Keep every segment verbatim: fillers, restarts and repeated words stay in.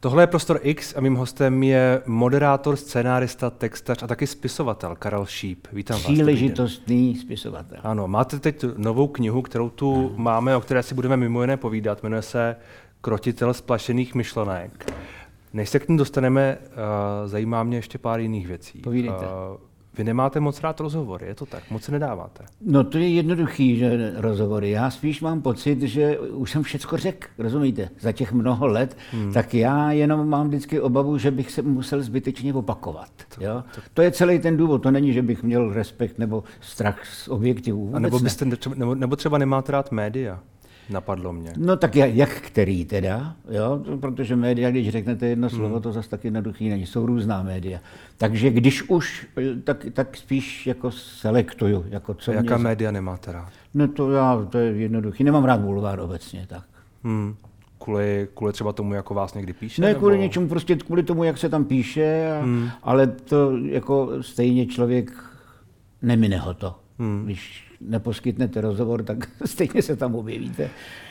Tohle je Prostor X a mým hostem je moderátor, scénárista, textař a taky spisovatel Karel Šíp. Vítám vás. Příležitostný spisovatel. Ano, máte teď novou knihu, kterou tu ano. máme, o které si budeme mimo jiné povídat. Jmenuje se Krotitel splašených myšlenek. Než se k ní dostaneme, uh, zajímá mě ještě pár jiných věcí. Povídejte. Uh, Vy nemáte moc rád rozhovory, je to tak? Moc se nedáváte? No to je jednoduchý, že rozhovory. Já spíš mám pocit, že už jsem všecko řekl, rozumíte? Za těch mnoho let, hmm. tak já jenom mám vždycky obavu, že bych se musel zbytečně opakovat. To, jo? To... to je celý ten důvod, to není, že bych měl respekt nebo strach z objektivů. A nebo, byste, nebo, nebo třeba nemáte rád média? Napadlo mě. No tak jak, jak který teda, jo? Protože média, když řeknete jedno slovo, hmm. to zase tak jednoduchý není, jsou různá média. Takže když už, tak, tak spíš jako selektuju. Jako co jaká mě... média nemáte rád? No to, já, to je jednoduchý, nemám rád bulvár obecně, tak. Hmm. Kvůli, kvůli třeba tomu, jako vás někdy píše? Ne, nebo... kvůli něčemu, prostě kvůli tomu, jak se tam píše, a, hmm. ale to jako stejně člověk nemine ho to, hmm. když neposkytnete rozhovor, tak stejně se tam objevíte.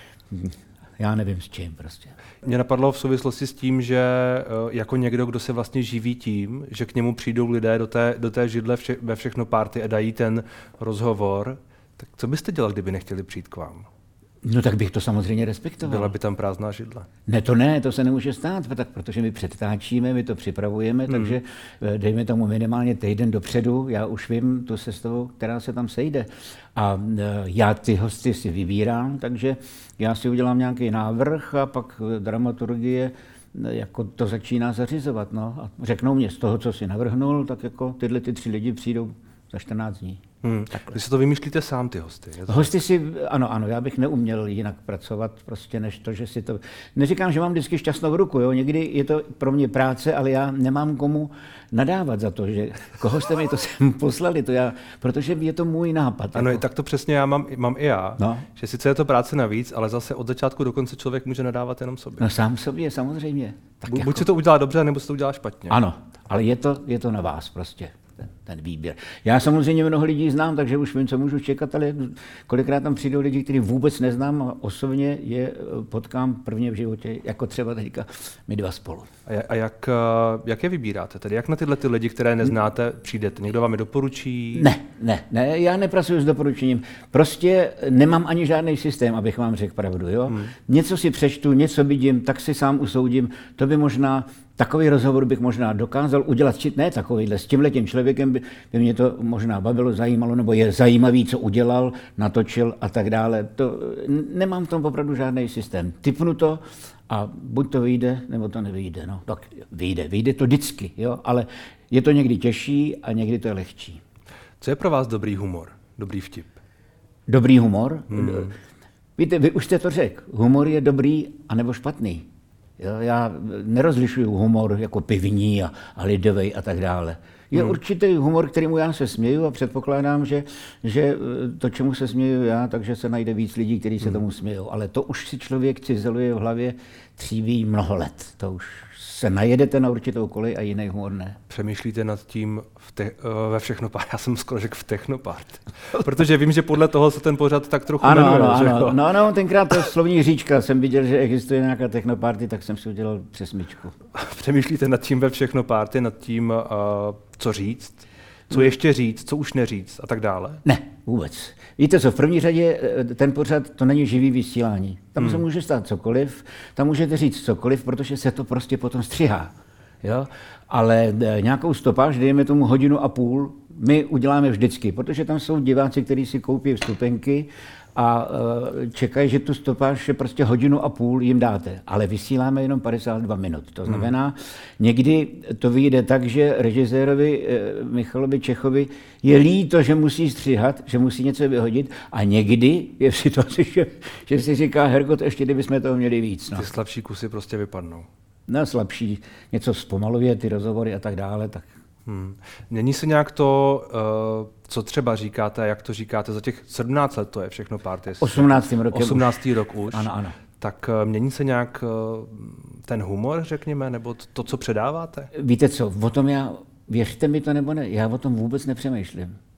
Já nevím s čím prostě. Mě napadlo v souvislosti s tím, že jako někdo, kdo se vlastně živí tím, že k němu přijdou lidé do té, do té židle vše, ve Všechno party a dají ten rozhovor, tak co byste dělal, kdyby nechtěli přijít k vám? No tak bych to samozřejmě respektoval. Byla by tam prázdná židle? Ne, to ne, to se nemůže stát, tak protože my předtáčíme, my to připravujeme, hmm. takže dejme tomu minimálně týden dopředu, já už vím tu sestavu, která se tam sejde. A já ty hosty si vybírám, takže já si udělám nějaký návrh a pak dramaturgie jako to začíná zařizovat. No. A řeknou mě z toho, co si navrhnul, tak jako tyhle ty tři lidi přijdou za čtrnáct dní. Hmm. Vy si to vymýšlíte sám, ty hosty? Hosty si, ano, ano, já bych neuměl jinak pracovat, prostě než to, že si to... Neříkám, že mám vždycky šťastnou ruku, jo, někdy je to pro mě práce, ale já nemám komu nadávat za to, že koho jste mi to sem poslali, to já, protože je to můj nápad. Ano, jako. Tak to přesně já mám, mám i já, no. že sice je to práce navíc, ale zase od začátku do konce člověk může nadávat jenom sobě. No sám sobě, samozřejmě. Tak Bu, jako... Buď si to udělá dobře, nebo si to udělá špatně. Ano, ale je to, je to na vás prostě. Ten, ten výběr. Já samozřejmě mnoho lidí znám, takže už vím, co můžu čekat, ale kolikrát tam přijdou lidi, kteří vůbec neznám a osobně je potkám prvně v životě, jako třeba teďka my dva spolu. A jak, jak je vybíráte? Tedy jak na tyhle ty lidi, které neznáte, přijdete? Někdo vám je doporučí? Ne, ne, ne, já nepracuji s doporučením. Prostě nemám ani žádný systém, abych vám řekl pravdu. Jo? Hmm. Něco si přečtu, něco vidím, tak si sám usoudím. To by možná Takový rozhovor bych možná dokázal udělat, či ne takovýhle, s tímhletím člověkem by, by mě to možná bavilo, zajímalo, nebo je zajímavý, co udělal, natočil a tak dále. To, nemám v tom opravdu žádný systém. Tipnu to a buď to vyjde, nebo to nevyjde. No, tak vyjde, vyjde to vždycky, jo? Ale je to někdy těžší a někdy to je lehčí. Co je pro vás dobrý humor, dobrý vtip? Dobrý humor? Hmm. Víte, vy už jste to řekl, humor je dobrý anebo špatný. Jo, já nerozlišuju humor jako pivní a, a lidovej a tak dále. Je hmm. určitý humor, kterému já se směju a předpokládám, že, že to, čemu se směju já, takže se najde víc lidí, kteří se hmm. tomu smějou. Ale to už si člověk cizeluje v hlavě, tříví mnoho let. To už se najedete na určitou kolej a jiný humor ne. Přemýšlíte nad tím v te- ve Všechno party, já jsem skoro řekl v Technopart, protože vím, že podle toho se ten pořad tak trochu ano, jmenuje. Ano, ano, no, no, tenkrát to slovní říčka, jsem viděl, že existuje nějaká Technoparty, tak jsem si udělal přesmičku. Přemýšlíte nad tím ve Všechno party, nad tím, uh, co říct, co ještě říct, co už neříct a tak dále? Ne, vůbec. Víte co, v první řadě ten pořad, to není živý vysílání. Tam hmm. se může stát cokoliv, tam můžete říct cokoliv, protože se to prostě potom střihá. Jo? Ale nějakou stopáž, dejme tomu hodinu a půl, my uděláme vždycky, protože tam jsou diváci, kteří si koupí vstupenky a čekají, že tu stopáž prostě hodinu a půl jim dáte. Ale vysíláme jenom padesát dva minut. To znamená, hmm. někdy to vyjde tak, že režisérovi Michalovi Čechovi je líto, že musí stříhat, že musí něco vyhodit a někdy je v situaci, že, že si říká, hergot, ještě kdybychom toho měli víc. No. Ty slabší kusy prostě vypadnou. No slabší, něco zpomaluje, ty rozhovory a tak dále, tak... Hmm. Mění se nějak to, uh, co třeba říkáte, jak to říkáte, za těch sedmnáct let to je Všechno party. osmnáctým rokem osmnáctý už. rok už. Ano, ano. Tak uh, mění se nějak uh, ten humor, řekněme, nebo to, to, co předáváte? Víte co, o tom já, věřte mi to nebo ne, já o tom vůbec nepřemýšlím.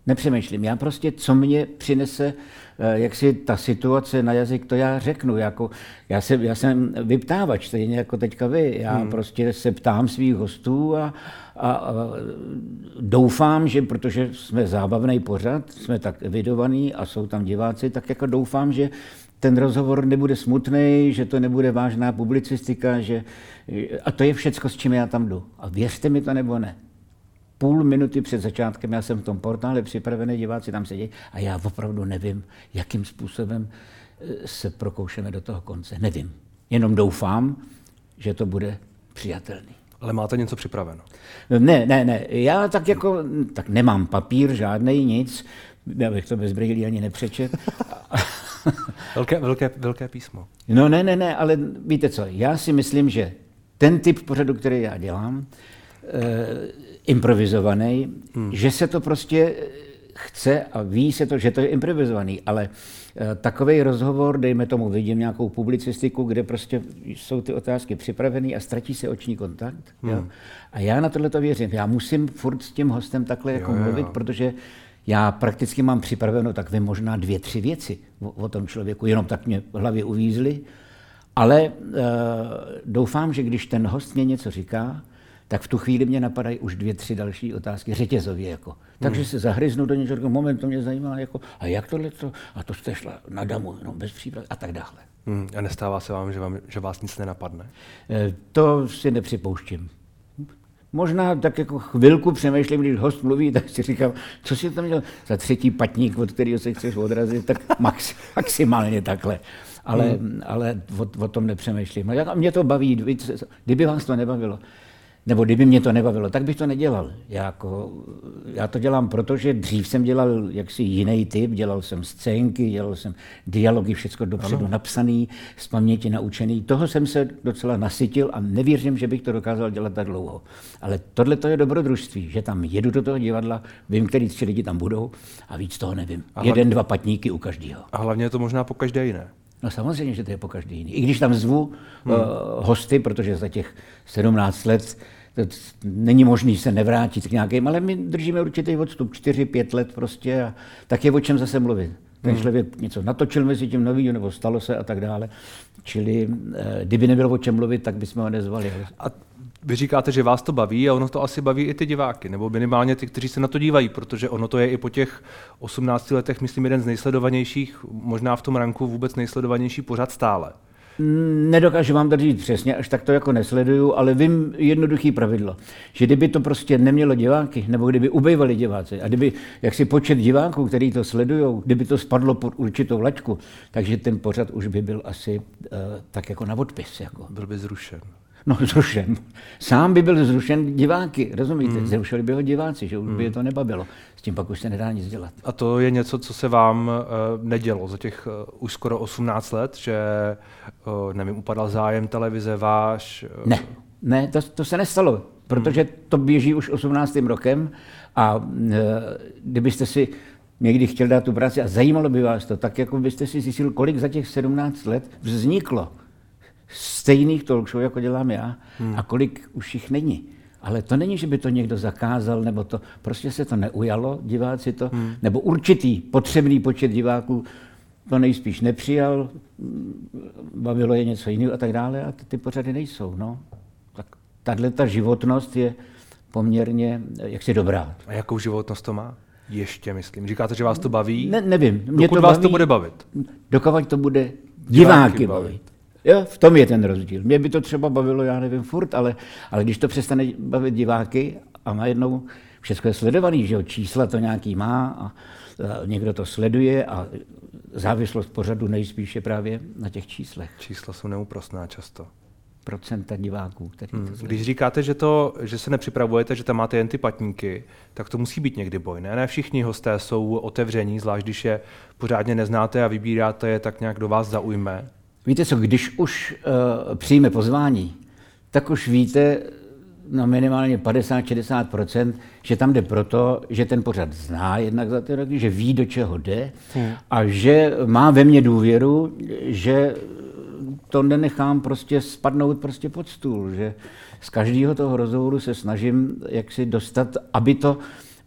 Nepřemýšlím. Já prostě, co mě přinese, jak si ta situace na jazyk, to já řeknu. Jako, já, se, já jsem vyptávač, stejně jako teďka vy. Já hmm. prostě se ptám svých hostů a, a, a doufám, že protože jsme zábavný pořad, jsme tak evidovaný a jsou tam diváci, tak jako doufám, že ten rozhovor nebude smutný, že to nebude vážná publicistika, že, a to je všecko, s čím já tam jdu. A věřte mi to nebo ne. Půl minuty před začátkem já jsem v tom portále připravený, diváci tam sedí a já opravdu nevím, jakým způsobem se prokoušeme do toho konce. Nevím. Jenom doufám, že to bude přijatelný. Ale máte něco připraveno? Ne, ne, ne. Já tak jako, tak nemám papír, žádnej, nic. Já bych to bez brýlí ani nepřečet. velké, velké, velké písmo. No ne, ne, ne, ale víte co, já si myslím, že ten typ pořadu, který já dělám, eh, improvizovaný, hmm. že se to prostě chce a ví se to, že to je improvizovaný, ale eh, takovej rozhovor, dejme tomu, vidím nějakou publicistiku, kde prostě jsou ty otázky připravený a ztratí se oční kontakt. Hmm. Jo? A já na tohle to věřím. Já musím furt s tím hostem takhle jako jo, mluvit, jo. protože já prakticky mám připraveno takové možná dvě, tři věci o, o tom člověku, jenom tak mě v hlavě uvízly, ale e, doufám, že když ten host mě něco říká, tak v tu chvíli mě napadají už dvě, tři další otázky řetězově. Jako. Takže hmm. se zahryznu do něčeho, moment, to mě zajímá, jako, a jak tohle to, a to jste šla na damu, no, bez přípravy a tak dále. Hmm. A nestává se vám, že, vám, že vás nic nenapadne? E, to si nepřipouštím. Možná tak jako chvilku přemýšlím, když host mluví, tak si říkám, co si tam dělal za třetí patník, od kterého se chceš odrazit, tak max, maximálně takhle. Ale, hmm. ale o, o tom nepřemýšlím. A mě to baví, kdyby vás to nebavilo, nebo kdyby mě to nebavilo, tak bych to nedělal. Já, jako, já to dělám proto, že dřív jsem dělal jaksi jiný typ, dělal jsem scénky, dělal jsem dialogy, všechno dopředu ano. napsaný, z paměti naučený. Toho jsem se docela nasytil a nevěřím, že bych to dokázal dělat tak dlouho. Ale tohle to je dobrodružství, že tam jedu do toho divadla, vím, který tři lidi tam budou a víc toho nevím. A Jeden, hlavně, dva patníky u každého. A hlavně je to možná po každé jiné. No samozřejmě, že to je po každý jiný. I když tam zvu hmm. uh, hosty, protože za těch sedmnáct let to není možný se nevrátit k nějakým, ale my držíme určitý odstup, čtyři, pět let prostě a tak je o čem zase mluvit. Ten hmm. člověk něco natočil mezi tím nový, nebo stalo se a tak dále. Čili eh, kdyby nebylo o čem mluvit, tak bychom ho nezvali. A vy říkáte, že vás to baví a ono to asi baví i ty diváky, nebo minimálně ty, kteří se na to dívají, protože ono to je i po těch osmnácti letech, myslím, jeden z nejsledovanějších, možná v tom ranku vůbec nejsledovanější pořad stále. Nedokážu vám to říct přesně, až tak to jako nesleduju, ale vím jednoduchý pravidlo, že kdyby to prostě nemělo diváky, nebo kdyby ubejvali diváci, a kdyby jaksi počet diváků, který to sledujou, kdyby to spadlo pod určitou laťku, takže ten pořad už by byl asi uh, tak jako na odpis. Jako. Byl by zrušen. No zrušen. Sám by byl zrušen diváky, rozumíte? Mm. Zrušili by ho diváci, že už mm. by je to nebavilo. S tím pak už se nedá nic dělat. A to je něco, co se vám uh, nedělo za těch uh, už skoro osmnáct let, že, uh, nevím, upadal zájem televize váš? Uh... Ne, ne, to, to se nestalo, protože mm. to běží už osmnáctým rokem a uh, kdybyste si někdy chtěl dát tu práci a zajímalo by vás to, tak jako byste si zjistil, kolik za těch sedmnáct let vzniklo stejných talk show, jako dělám já, hmm. a kolik už jich není. Ale to není, že by to někdo zakázal, nebo to, prostě se to neujalo, diváci to, hmm. nebo určitý potřebný počet diváků to nejspíš nepřijal, bavilo je něco jiného a tak dále, a ty, ty pořady nejsou. No. Tak tahle ta životnost je poměrně jaksi dobrá. A jakou životnost to má? Ještě, myslím. Říkáte, že vás to baví? Ne, nevím. Mě Dokud to vás baví, to bude bavit? Dokud to bude diváky, diváky bavit. bavit. Jo, v tom je ten rozdíl. Mě by to třeba bavilo, já nevím, furt, ale, ale když to přestane bavit diváky a najednou všechno je sledovaný, že jo, čísla to nějaký má a, a někdo to sleduje a závislost pořadu nejspíš je právě na těch číslech. Čísla jsou neúprosná často. Procenta diváků, který hmm. to sledují. Když říkáte, že, to, že se nepřipravujete, že tam máte jen ty patníky, tak to musí být někdy boj, ne? Ne všichni hosté jsou otevření, zvlášť když je pořádně neznáte a vybíráte je tak nějak, do vás zaujme. Víte co, když už uh, přijme pozvání, tak už víte na minimálně padesát až šedesát procent, že tam jde proto, že ten pořad zná jednak za ty roky, že ví, do čeho jde hmm. a že má ve mně důvěru, že to nenechám prostě spadnout prostě pod stůl, že z každého toho rozhovoru se snažím jaksi dostat, aby to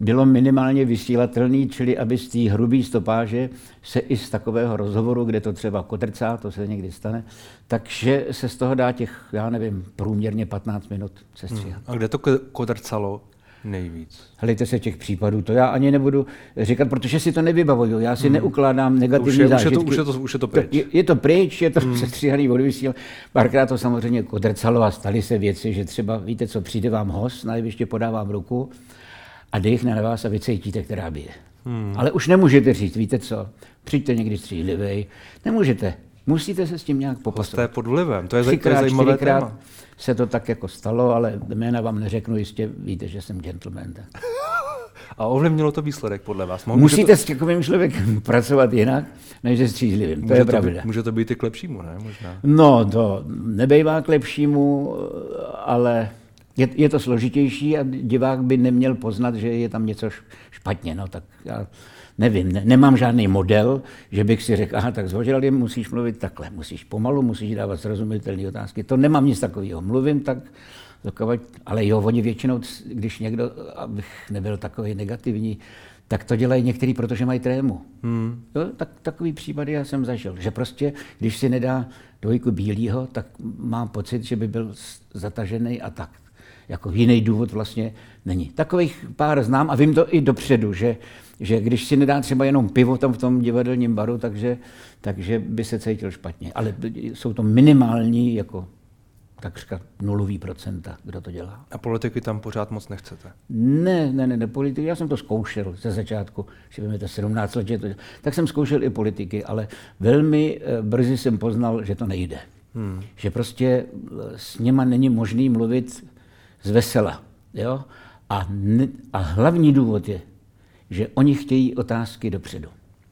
bylo minimálně vysílatelný, čili aby z té hrubé stopáže se i z takového rozhovoru, kde to třeba kotrcá, to se někdy stane, takže se z toho dá těch, já nevím, průměrně patnáct minut sestříhat. Hmm. A kde to kotrcalo nejvíc? Helejte se těch případů, to já ani nebudu říkat, protože si to nevybavuju, já si hmm. neukládám negativní zážitky. Už je to, už je to, už je to pryč. Je, je to pryč, je to hmm. sestříhaný odvysíl. Párkrát to samozřejmě kotrcalo a staly se věci, že třeba, víte co, přijde vám host, na jeviště podávám ruku a dechne na vás a vy cítíte, která bije. Hmm. Ale už nemůžete říct, víte co, přijďte někdy střízlivej, nemůžete. Musíte se s tím nějak popasovat. To je pod vlivem, to je, Třikrát, to je zajímavé téma. Se to tak jako stalo, ale jména vám neřeknu, jistě víte, že jsem gentleman. Tak. A ovlivnilo to výsledek podle vás? Mohu, Musíte to... s takovým člověkem pracovat jinak, než se střízlivým. To může je to pravda. Být, může to být i k lepšímu, ne? Možná. No, to nebejvá k lepšímu, ale je, je to složitější a divák by neměl poznat, že je tam něco špatně. No, tak já nevím, ne, nemám žádný model, že bych si řekl, aha, tak s Vožralem musíš mluvit takhle, musíš pomalu, musíš dávat srozumitelné otázky. To nemám nic takového. Mluvím tak, ale jo, oni většinou, když někdo, abych nebyl takový negativní, tak to dělají některý, protože mají trému. Hmm. Jo, tak, takový případy já jsem zažil, že prostě, když si nedá dvojku bílýho, tak mám pocit, že by byl zatažený a tak. Jako jiný důvod vlastně není. Takových pár znám a vím to i dopředu, že, že když si nedá třeba jenom pivo tam v tom divadelním baru, takže, takže by se cítil špatně. Ale jsou to minimální, jako takřka nulový procenta, kdo to dělá. A politiky tam pořád moc nechcete? Ne, ne, ne, ne politiky. Já jsem to zkoušel ze začátku, že víme, to sedmnáct let, že to, tak jsem zkoušel i politiky, ale velmi brzy jsem poznal, že to nejde. Hmm. Že prostě s něma není možný mluvit z vesela. Jo? A, ne, a hlavní důvod je, že oni chtějí otázky dopředu.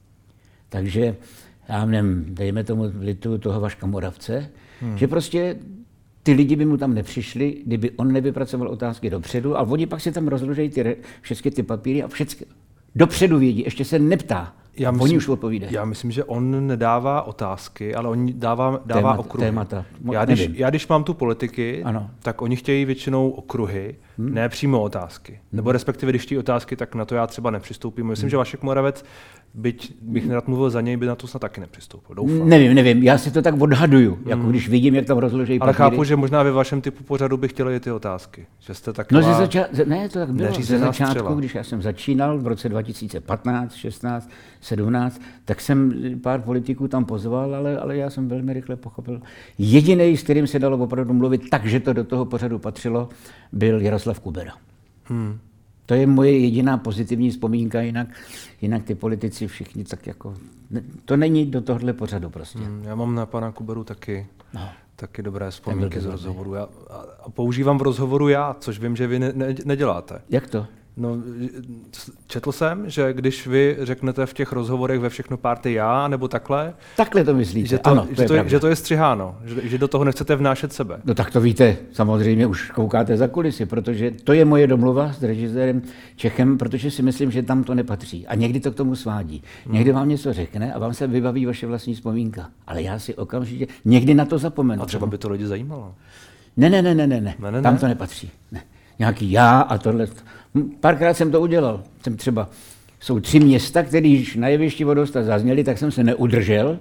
Takže já nevím, dejme tomu litu toho Vaška Moravce, hmm. že prostě ty lidi by mu tam nepřišli, kdyby on nevypracoval otázky dopředu, a oni pak si tam rozložejí ty, všechny ty papíry a všechny dopředu vědí, ještě se neptá. Já myslím, oni už odpovídají. Já myslím, že on nedává otázky, ale on dává, dává Témat, okruhy. Témata. Já když, já když mám tu politiky, ano. tak oni chtějí většinou okruhy, hmm. ne přímo otázky. Hmm. Nebo respektive, když chtějí otázky, tak na to já třeba nepřistoupím. Myslím, hmm. že Vašek Moravec, byť bych nerad mluvil za něj, by na to snad taky nepřistoupil. Doufám. Nevím, nevím, já si to tak odhaduju, hmm. jako když vidím, jak tam rozloží papíry. Ale chápu, že možná ve vašem typu pořadu by chtěli i ty otázky. Že jste taková... No ze začátku, ne, to tak bylo. Ze začátku, střela. Když já jsem začínal v roce dva tisíce patnáct, šestnáct, sedmnáct, tak jsem pár politiků tam pozval, ale, ale já jsem velmi rychle pochopil. Jediný, s kterým se dalo opravdu mluvit tak, že to do toho pořadu patřilo, byl Jaroslav Kubera. Hmm. To je moje jediná pozitivní vzpomínka, jinak, jinak ty politici všichni tak jako... Ne, to není do tohohle pořadu prostě. Hmm, já mám na pana Kuberu taky, no. taky dobré vzpomínky z rozhovoru. Já, a používám v rozhovoru já, což vím, že vy ne, ne, neděláte. Jak to? No, četl jsem, že když vy řeknete v těch rozhovorech ve všechno párty já, nebo takhle... Takhle to myslíte, že to, ano, to že, je to je, že to je střiháno, že, že do toho nechcete vnášet sebe. No tak to víte, samozřejmě už koukáte za kulisy, protože to je moje domluva s režisérem Čechem, protože si myslím, že tam to nepatří. A někdy to k tomu svádí. Hmm. Někdy vám něco řekne a vám se vybaví vaše vlastní vzpomínka. Ale já si okamžitě někdy na to zapomenu. A třeba by to lidi zajímalo. Ne, ne, ne, ne, ne, ne. ne, ne tam ne. to nepatří. Ne. Nějaký já a tohle. Párkrát jsem to udělal. Jsem třeba, jsou tři města, které již na jevišti vodosta zazněly, tak jsem se neudržel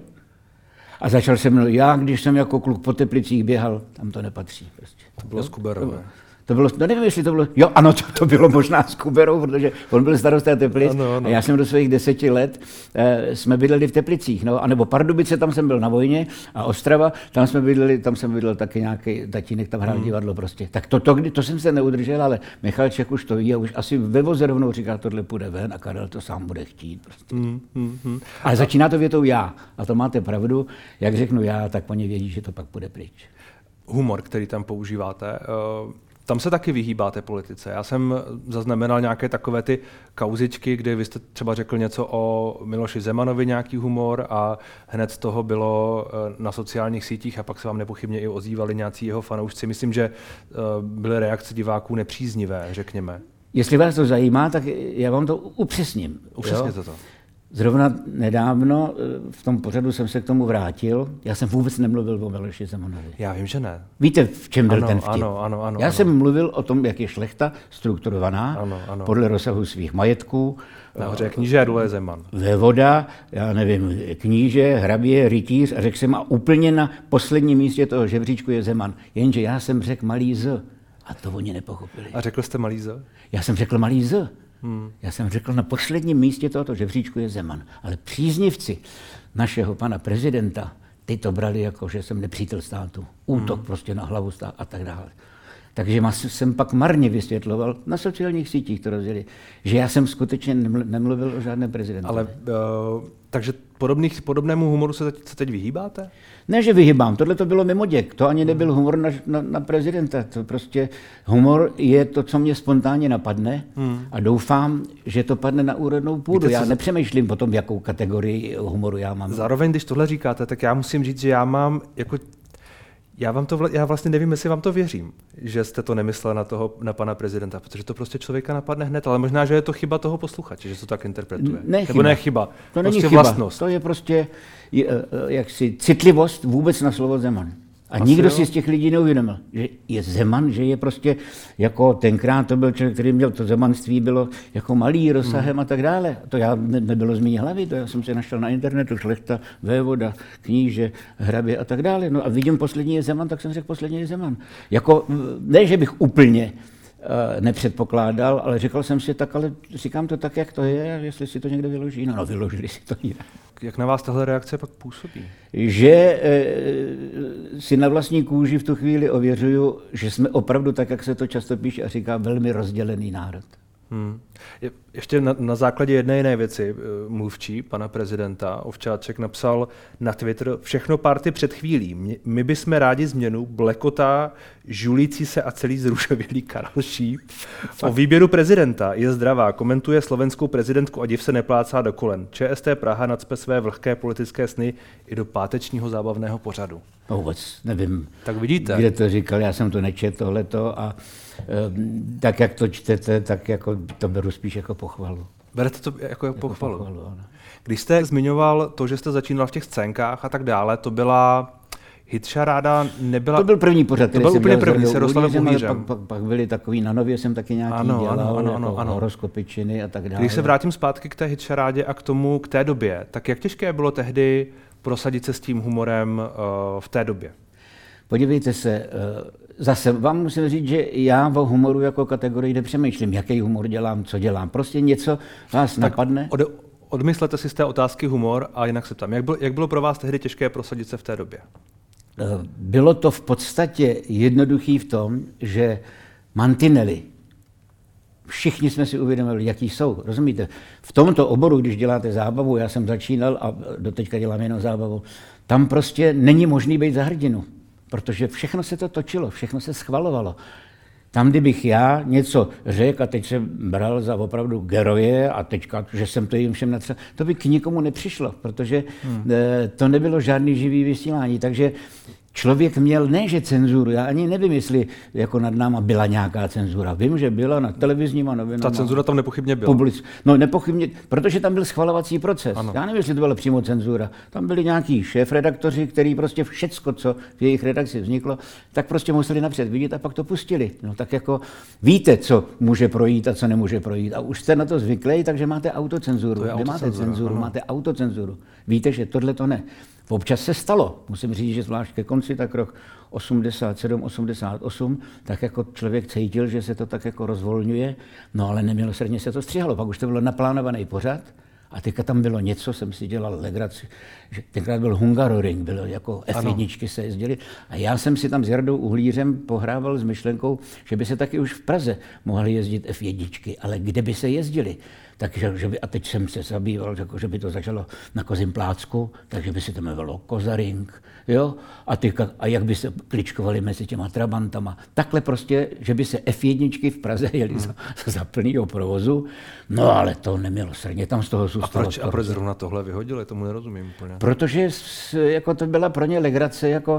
a začal jsem mluvit. Já, když jsem jako kluk po Teplicích běhal, tam to nepatří. Prostě. To bylo s Kuberou, ne? To bylo, no nevím, jestli to bylo, jo, ano, to, to bylo možná s Kuberou, protože on byl starosta Teplic ano, ano. a já jsem do svých deseti let, eh, jsme bydleli v Teplicích, no, anebo Pardubice, tam jsem byl na vojně, a Ostrava, tam jsme bydleli, tam jsem bydlel taky nějaký tatínek, tam hrál hmm. divadlo prostě. Tak to, to, to, to jsem se neudržel, ale Michal Čech už to ví a už asi ve voze rovnou říká, tohle půjde ven a Karel to sám bude chtít prostě. Hmm, hmm, hmm. Ale začíná to větou já, a to máte pravdu, jak řeknu já, tak oni vědí, že to pak půjde pryč. Humor, který tam používáte, uh... tam se taky vyhýbáte politice. Já jsem zaznamenal nějaké takové ty kauzičky, kde vy jste třeba řekl něco o Miloši Zemanovi, nějaký humor, a hned z toho bylo na sociálních sítích a pak se vám nepochybně i ozývali nějací jeho fanoušci. Myslím, že byly reakce diváků nepříznivé, řekněme. Jestli vás to zajímá, tak já vám to upřesním. Upřesněte to. Zrovna nedávno v tom pořadu jsem se k tomu vrátil. Já jsem vůbec nemluvil o Miloši Zemanovi. Já vím, že ne. Víte, v čem byl ano, ten vtip? Ano, ano, ano, Já ano. jsem mluvil o tom, jak je šlechta strukturovaná ano, ano. podle rozsahu svých majetků. Nahoře kníže a dole je Zeman. Vévoda, já nevím, kníže, hrabě, rytíř a řekl jsem a úplně na posledním místě toho žebříčku je Zeman. Jenže já jsem řekl malý Z a to oni nepochopili. A řekl jste malý Z? Já jsem řekl malý Z. Hmm. Já jsem řekl, na posledním místě tohoto žebříčku je Zeman. Ale příznivci našeho pana prezidenta, ty to brali jako, že jsem nepřítel státu. Útok hmm. prostě na hlavu státu a tak dále. Takže jsem pak marně vysvětloval, na sociálních sítích to rozdělili, že já jsem skutečně nemluvil o žádném prezidentovi. Ale, uh, takže podobných, podobnému humoru se teď, se teď vyhýbáte? Ne, že vyhýbám, tohle to bylo mimoděk, to ani nebyl humor na, na, na prezidenta, to prostě humor je to, co mě spontánně napadne hmm. a doufám, že to padne na úrodnou půdu. Víte, já co... nepřemýšlím potom, jakou kategorii humoru já mám. Zároveň, když tohle říkáte, tak já musím říct, že já mám jako Já, vám to vla, já vlastně nevím, jestli vám to věřím, že jste to nemyslel na, toho, na pana prezidenta, protože to prostě člověka napadne hned, ale možná, že je to chyba toho posluchače, že to tak interpretuje. Ne, Nebo chyba. ne chyba, to prostě není chyba. vlastnost. To je prostě jaksi citlivost vůbec na slovo Zeman. A Asi nikdo jo? si z těch lidí neuvědomil, že je Zeman, že je prostě jako tenkrát to byl člověk, který měl to zemanství, bylo jako malý rozsahem hmm. a tak dále. To já ne, nebylo z mý hlavy, to já jsem se našel na internetu, šlechta, vévoda, kníže, hrabě a tak dále. No a vidím, poslední je Zeman, tak jsem řekl, poslední je Zeman. Jako, ne, že bych úplně uh, nepředpokládal, ale říkal jsem si tak, ale říkám to tak, jak to je, jestli si to někde vyloží. No, no vyložili si to jinak. Jak na vás tahle reakce pak působí? Že e, si na vlastní kůži v tu chvíli ověřuju, že jsme opravdu, tak jak se to často píše a říká, velmi rozdělený národ. Hmm. Je, ještě na, na základě jedné jiné věci mluvčí pana prezidenta Ovčáček napsal na Twitter všechno párty před chvílí. My, my bychom rádi změnu, blekotá, žulící se a celý zrušovělý Karel Šíp. O výběru prezidenta je zdravá, komentuje slovenskou prezidentku a div se neplácá do kolen. ČST Praha nacpe své vlhké politické sny i do pátečního zábavného pořadu. No vůbec nevím, tak vidíte. Kde to říkal, já jsem to nečetl tohleto a e, tak, jak to čtete, tak jako to beru spíš jako pochvalu. Berete to jako, jako pochvalu? pochvalu ano. Když jste zmiňoval to, že jste začínal v těch scénkách a tak dále, to byla hitšaráda, nebyla... To byl první pořad, který to byl úplně první, se Jaroslavem Uhlířem. Pak, pak, pak byli takový, na Nově jsem taky nějaký ano, dělal, ano, ano, jako ano. horoskopičiny a tak dále. Když se vrátím zpátky k té hitšarádě a k tomu, k té době, tak jak těžké bylo tehdy prosadit se s tím humorem uh, v té době? Podívejte se, zase vám musím říct, že já o humoru jako kategorii nepřemýšlím, jaký humor dělám, co dělám. Prostě něco vás tak napadne. Od, odmyslete si z té otázky humor a jinak se ptám. Jak bylo, jak bylo pro vás tehdy těžké prosadit se v té době? Bylo to v podstatě jednoduchý v tom, že mantinely, všichni jsme si uvědomili, jaký jsou. Rozumíte? V tomto oboru, když děláte zábavu, já jsem začínal a doteďka dělám jenom zábavu, tam prostě není možný být za hrdinu. Protože všechno se to točilo, všechno se schvalovalo. Tam, kdybych já něco řekl a teď se bral za opravdu geroje a teďka, že jsem to jim všem natřel, to by k nikomu nepřišlo, protože hmm. to nebylo žádný živý vysílání. Takže člověk měl ne, že cenzuru, já ani nevím, jestli jako nad náma byla nějaká cenzura. Vím, že byla na televizním a novinách. Ta cenzura tam nepochybně byla. Public... No nepochybně, protože tam byl schvalovací proces. Ano. Já nevím, jestli to byla přímo cenzura. Tam byli nějaký šéfredaktoři, kteří prostě všecko, co v jejich redakci vzniklo, tak prostě museli napřed vidět a pak to pustili. No tak jako víte, co může projít a co nemůže projít. A už jste na to zvyklí, takže máte autocenzuru. Vy máte cenzuru, ano. Máte autocenzuru. Víte, že tohle to ne. Občas se stalo, musím říct, že zvlášť ke konci, tak rok osmdesát sedm osmdesát osm, tak jako člověk cítil, že se to tak jako rozvolňuje, no ale nemilosrdně se to stříhalo, pak už to bylo naplánovaný pořad a teďka tam bylo něco, jsem si dělal legraci, že tenkrát byl Hungaroring, bylo jako ef jedna se jezdili a já jsem si tam s Jardou Uhlířem pohrával s myšlenkou, že by se taky už v Praze mohly jezdit ef jedna, ale kde by se jezdili? Takže, že by, a teď jsem se zabýval, jako, že by to začalo na Kozím Plácku, takže by se to jmenovalo Kozaring, jo? A, ty, a jak by se kličkovali mezi těma trabantama. Takhle prostě, že by se ef jedna v Praze jeli hmm. za, za plnýho provozu, no ale to nemělo srdně, tam z toho zůstalo. A proč, a proč zrovna tohle vyhodili, tomu nerozumím úplně. Protože jako to byla pro ně legrace, jako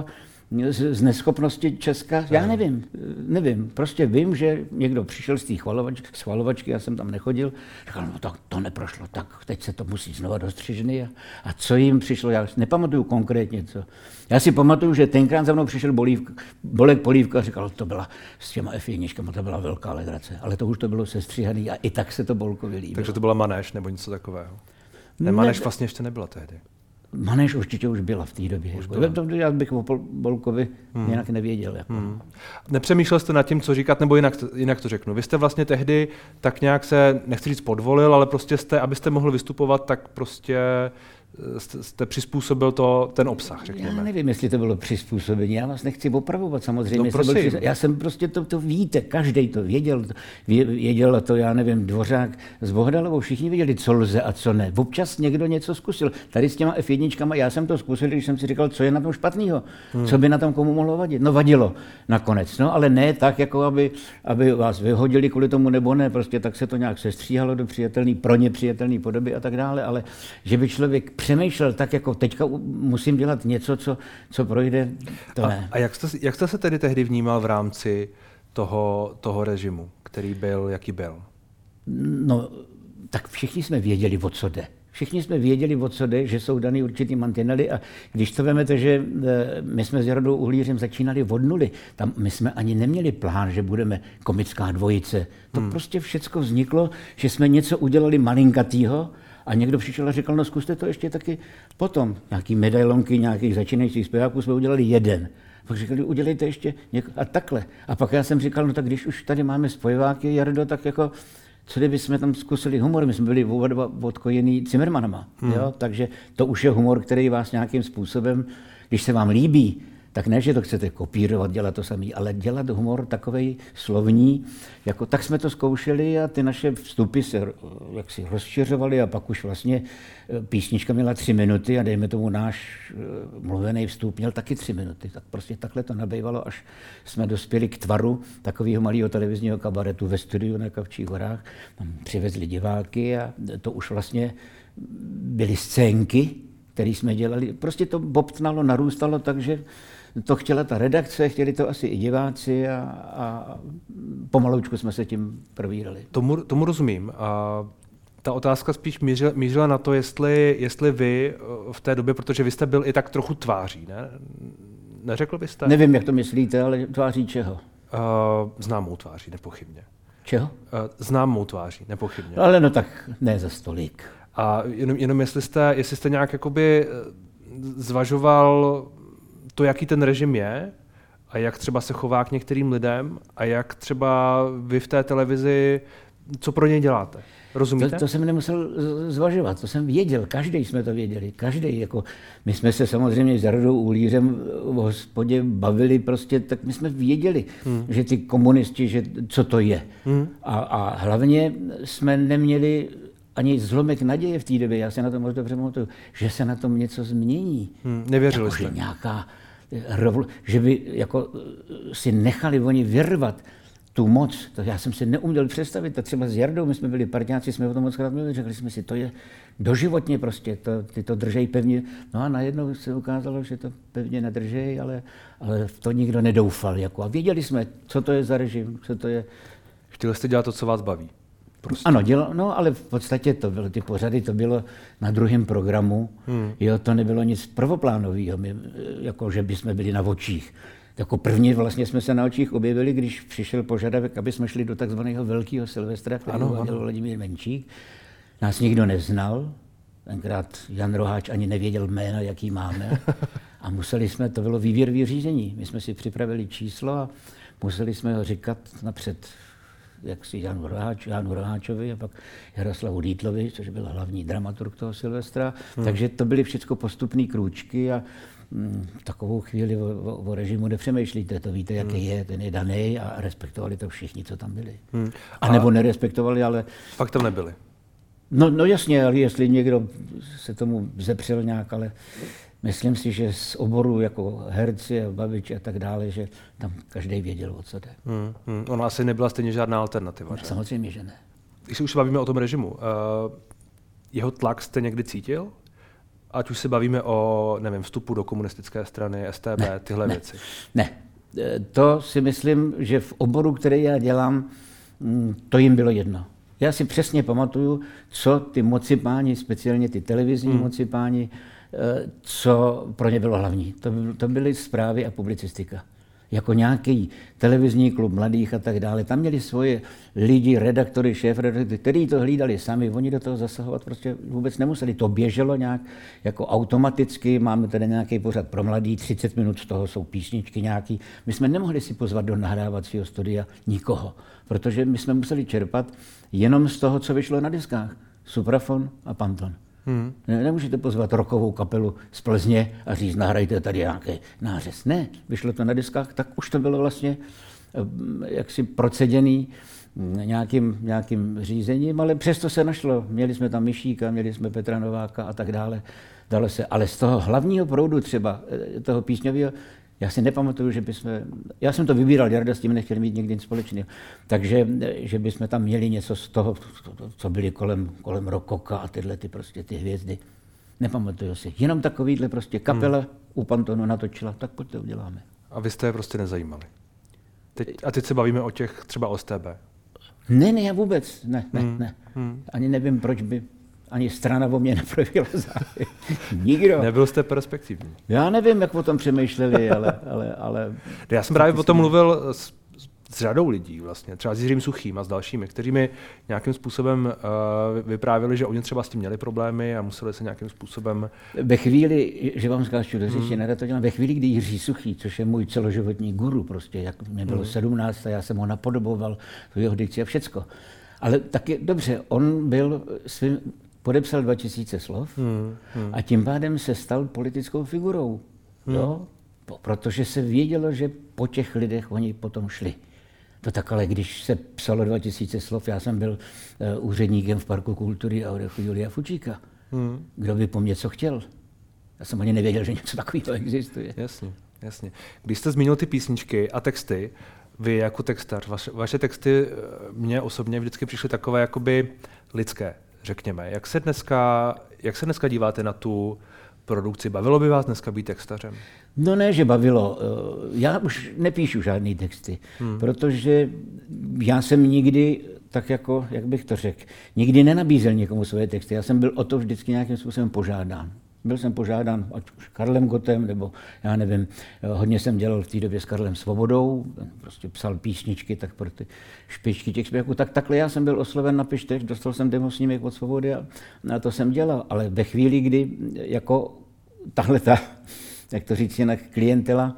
z, z neschopnosti Česka? Já nevím, nevím. Prostě vím, že někdo přišel z té schvalovačky, já jsem tam nechodil, říkal, no tak to neprošlo, tak teď se to musí znova dostřižny. A, a co jim přišlo, já nepamatuju konkrétně co. Já si pamatuju, že tenkrát za mnou přišel Bolívka, Bolek Polívka a říkal, to byla s těma ef jedna, to byla velká legrace, ale to už to bylo sestříhaný a i tak se to Bolkovi líbilo. Takže to byla manéž nebo něco takového? Ne, manéž vlastně ještě nebyla tehdy. Manéž určitě už byla v té době. Jako. Já bych o Bolkovi hmm. jinak nevěděl. Jako. Hmm. Nepřemýšlel jste nad tím, co říkat, nebo jinak, jinak to řeknu. Vy jste vlastně tehdy tak nějak se, nechci říct podvolil, ale prostě jste, abyste mohl vystupovat, tak prostě jste, jste přizpůsobil to, ten obsah, řekněme. Já nevím, jestli to bylo přizpůsobení, já vás nechci opravovat samozřejmě. No, byl, já jsem prostě, to, to víte, každý to věděl, věděl to, já nevím, Dvořák s Bohdalovou, všichni věděli, co lze a co ne. Občas někdo něco zkusil. Tady s těma ef jedna, já jsem to zkusil, když jsem si říkal, co je na tom špatného, hmm. co by na tom komu mohlo vadit. No vadilo nakonec, no ale ne tak, jako aby, aby vás vyhodili kvůli tomu nebo ne, prostě tak se to nějak sestříhalo do přijatelný, pro ně přijatelné podoby a tak dále, ale že by člověk přemýšlel tak, jako teďka musím dělat něco, co, co projde, to a, ne. A jak jste, jak jste se tedy tehdy vnímal v rámci toho, toho režimu, který byl, jaký byl? No, tak všichni jsme věděli, o co jde. Všichni jsme věděli, o co jde, že jsou daný určitý mantinely a když to vemete, že my jsme s Jarou Uhlířem začínali od nuly, tam my jsme ani neměli plán, že budeme komická dvojice. To hmm. prostě všecko vzniklo, že jsme něco udělali malinkatýho a někdo přišel a říkal, no zkuste to ještě taky potom. Nějaký medailonky, nějakých začínajících zpěváků jsme udělali jeden. Pak říkali, udělejte ještě něko... a takhle. A pak já jsem říkal, no tak když už tady máme spojováky, Jardo, tak jako co kdyby jsme tam zkusili humor, my jsme byli oba dva odkojený Cimrmanama, hmm. jo? Takže to už je humor, který vás nějakým způsobem, když se vám líbí, tak ne, že to chcete kopírovat, dělat to samý, ale dělat humor takovej slovní, jako tak jsme to zkoušeli a ty naše vstupy se jaksi rozšiřovaly a pak už vlastně písnička měla tři minuty a dejme tomu náš mluvený vstup měl taky tři minuty. Tak prostě takhle to nabývalo, až jsme dospěli k tvaru takového malého televizního kabaretu ve studiu na Kavčích horách. Tam přivezli diváky a to už vlastně byly scénky, které jsme dělali. Prostě to bobtnalo, narůstalo, takže to chtěla ta redakce, chtěli to asi i diváci a, a pomaloučku jsme se tím probírali. Tomu, tomu rozumím. A ta otázka spíš mířila, mířila na to, jestli, jestli vy v té době, protože vy jste byl i tak trochu tváří, ne? Neřekl byste? Nevím, jak to myslíte, ale tváří čeho? Uh, známou tváří, nepochybně. Čeho? Uh, známou tváří, nepochybně. No, ale no tak ne za stolik. A jenom, jenom jestli, jste, jestli jste nějak jakoby zvažoval to, jaký ten režim je a jak třeba se chová k některým lidem a jak třeba vy v té televizi, co pro něj děláte. Rozumíte? To, to jsem nemusel zvažovat, to jsem věděl, každý jsme to věděli, každý. Jako, my jsme se samozřejmě s Jardou Uhlířem v hospodě bavili prostě, tak my jsme věděli, hmm. že ty komunisti, že co to je. Hmm. A, a hlavně jsme neměli ani zlomek naděje v té době, já se na to moc dobře pamatuju, že se na tom něco změní. Hmm, nevěřili jako, jste. Že nějaká, že by jako si nechali oni vyrvat tu moc, to já jsem si neuměl představit, a třeba s Jardou, my jsme byli parťáci, jsme o tom moc krát mluvili, řekli jsme si, to je doživotně prostě, to, ty to držej pevně, no a najednou se ukázalo, že to pevně nedržej, ale, ale v to nikdo nedoufal, jako, a věděli jsme, co to je za režim, co to je. Chtěli jste dělat to, co vás baví. Prostě. Ano, dělo, no ale v podstatě to bylo, ty pořady, to bylo na druhém programu, hmm. jo, to nebylo nic prvoplánového, my, jako že bychom byli na očích. Jako první vlastně jsme se na očích objevili, když přišel požadavek, aby jsme šli do takzvaného Velkého Silvestra, který uváděl Vladimír Menčík. Nás nikdo neznal, tenkrát Jan Roháč ani nevěděl jméno, jaký máme. A museli jsme, to bylo výběrové řízení, my jsme si připravili číslo a museli jsme ho říkat napřed, jak si Janu, Roháč, Janu Roháčovi a pak Jaroslavu Dítlovi, což byl hlavní dramaturg toho Silvestra. Hmm. Takže to byly všechno postupné krůčky a mm, takovou chvíli o, o, o režimu nepřemýšlíte, to víte, jaký hmm. je, ten je daný a respektovali to všichni, co tam byli. Hmm. A, a nebo nerespektovali, ale... Fakt tam nebyli. No, no jasně, ale jestli někdo se tomu zepřel nějak, ale myslím si, že z oboru jako herci a babiči a tak dále, že tam každý věděl, o co jde. Hmm, hmm. Ona asi nebyla stejně žádná alternativa. No, samozřejmě, že ne. Když se už bavíme o tom režimu, uh, jeho tlak jste někdy cítil? Ať už se bavíme o, nevím, vstupu do komunistické strany, S T B, ne, tyhle ne, věci. Ne, to si myslím, že v oboru, který já dělám, to jim bylo jedno. Já si přesně pamatuju, co ty mocipáni, speciálně ty televizní hmm. mocipáni, co pro ně bylo hlavní. To, by, to byly zprávy a publicistika. Jako nějaký televizní klub mladých a tak dále. Tam měli svoje lidi, redaktory, šéfredaktory, kteří to hlídali sami. Oni do toho zasahovat prostě vůbec nemuseli. To běželo nějak jako automaticky. Máme tady nějaký pořad pro mladý, třicet minut z toho jsou písničky nějaký. My jsme nemohli si pozvat do nahrávacího studia nikoho, protože my jsme museli čerpat jenom z toho, co vyšlo na diskách. Suprafon a Panton. Hmm. Ne, nemůžete pozvat rockovou kapelu z Plzně a říct, nahrajte tady nějaký nářez. Ne, vyšlo to na diskách, tak už to bylo vlastně jaksi proceděný nějakým, nějakým řízením, ale přesto se našlo. Měli jsme tam Myšíka, měli jsme Petra Nováka a tak dále. Dalo se, ale z toho hlavního proudu třeba, toho písňového, já si nepamatuju, že bychom, já jsem to vybíral, Jarda s tím nechtěl mít někdy nic společného, takže že bychom tam měli něco z toho, co byly kolem, kolem Rokoka a tyhle ty prostě ty hvězdy. Nepamatuju si. Jenom takovýhle prostě kapela hmm. u Pantonu natočila, tak pojď to uděláme. A vy jste je prostě nezajímali. Teď, a teď se bavíme o těch třeba o S T B. Ne, ne, já vůbec, ne, ne, hmm. ne. Hmm. Ani nevím, proč by ani strana o mě neprojevila zájem. Nikdo. Nebyl jste perspektivní. Já nevím, jak o tom přemýšleli, ale... ale, ale já jsem právě o tom mluvil s, s řadou lidí vlastně, třeba s Jiřím Suchým a s dalšími, kteří mi nějakým způsobem uh, vyprávěli, že oni třeba s tím měli problémy a museli se nějakým způsobem... Ve chvíli, že vám skáču do řeči, hmm. to dělám, ve chvíli, kdy Jiří Suchý, což je můj celoživotní guru, prostě, jak mě bylo hmm. sedmnáct a já jsem ho napodoboval, tu jeho dikci a všecko. Ale taky dobře, on byl svým... podepsal dva tisíce slov hmm, hmm. a tím pádem se stal politickou figurou. Hmm. Jo? Protože se vědělo, že po těch lidech oni potom šli. To tak ale, když se psalo dva tisíce slov, já jsem byl uh, úředníkem v Parku kultury a odechu Julia Fučíka. Hmm. Kdo by po mně co chtěl? Já jsem ani nevěděl, že něco takového existuje. Jasně, jasně. Když jste zmínil ty písničky a texty, vy jako textař, vaše, vaše texty mně osobně vždycky přišly takové jakoby lidské. Řekněme, jak se dneska, jak se dneska díváte na tu produkci? Bavilo by vás dneska být textařem? No ne, že bavilo. Já už nepíšu žádný texty, hmm. protože já jsem nikdy, tak jako, jak bych to řekl, nikdy nenabízel někomu své texty. Já jsem byl o to vždycky nějakým způsobem požádán. Byl jsem požádán ať už Karlem Gottem, nebo já nevím, hodně jsem dělal v té době s Karlem Svobodou, prostě psal písničky, tak pro ty špičky těch zpěvků. Tak takhle já jsem byl osloven na pištech, dostal jsem demo snímek od Svobody a, a to jsem dělal. Ale ve chvíli, kdy jako tahle ta, jak to říct jinak, klientela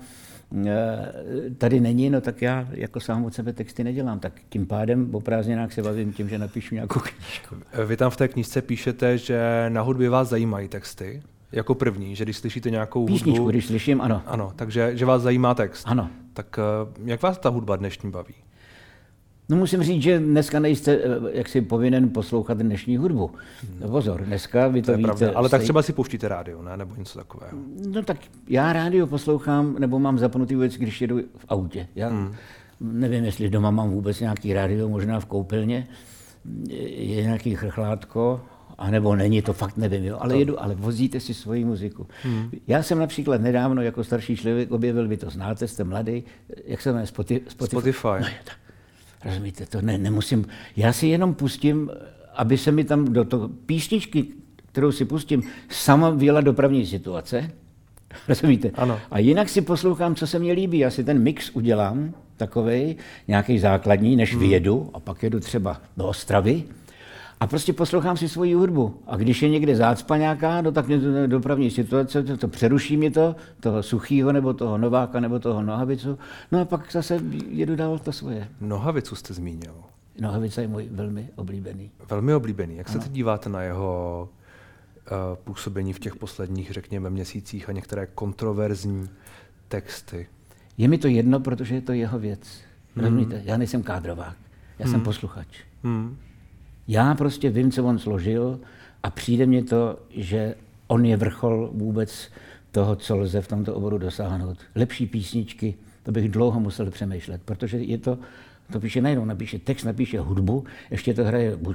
tady není, no tak já jako sám od sebe texty nedělám. Tak tím pádem o prázdninách se bavím tím, že napíšu nějakou knížku. Vy tam v té knížce píšete, že na hudbě vás zajímají texty. Jako první, že když slyšíte nějakou písničku, hudbu... když slyším, ano. Ano, takže že vás zajímá text. Ano. Tak jak vás ta hudba dnešní baví? No musím říct, že dneska nejste jaksi povinen poslouchat dnešní hudbu. Hmm. Pozor, dneska vy to, to víte. Pravda. Ale tak třeba si pouštíte rádio, ne? Nebo něco takového. No tak já rádio poslouchám, nebo mám zapnutý vůbec, když jedu v autě. Já hmm. nevím, jestli doma mám vůbec nějaký rádio, možná v koupelně. Je nějaký chrchlátko, anebo není, to fakt nevím, jo. Ale jedu, ale vozíte si svoji muziku. Hmm. Já jsem například nedávno jako starší člověk objevil, vy to znáte, jste mladý, jak se jmenuje Spotify. Spotify. No, rozumíte, to ne, nemusím, já si jenom pustím, aby se mi tam do toho písničky, kterou si pustím, sama vjela dopravní situace, rozumíte? Ano. A jinak si poslouchám, co se mně líbí, já si ten mix udělám, takovej, nějaký základní, než hmm. vyjedu, a pak jedu třeba do Ostravy, a prostě poslouchám si svoji hudbu. A když je někde zácpa nějaká, no tak mě to dopravní situace, to, to přeruší mě to, toho Suchýho, nebo toho Nováka, nebo toho Nohavicu. No a pak zase jedu dál to svoje. Nohavicu jste zmínil. Nohavica je můj velmi oblíbený. Velmi oblíbený. Jak ano. se teď díváte na jeho uh, působení v těch posledních, řekněme, měsících a některé kontroverzní texty? Je mi to jedno, protože je to jeho věc. Hmm. Rozumíte? Já nejsem kádrovák, já hmm. jsem posluchač. Hmm. Já prostě vím, co on složil a přijde mně to, že on je vrchol vůbec toho, co lze v tomto oboru dosáhnout. Lepší písničky, to bych dlouho musel přemýšlet, protože je to To píše najednou, napíše text, napíše hudbu, ještě to hraje buď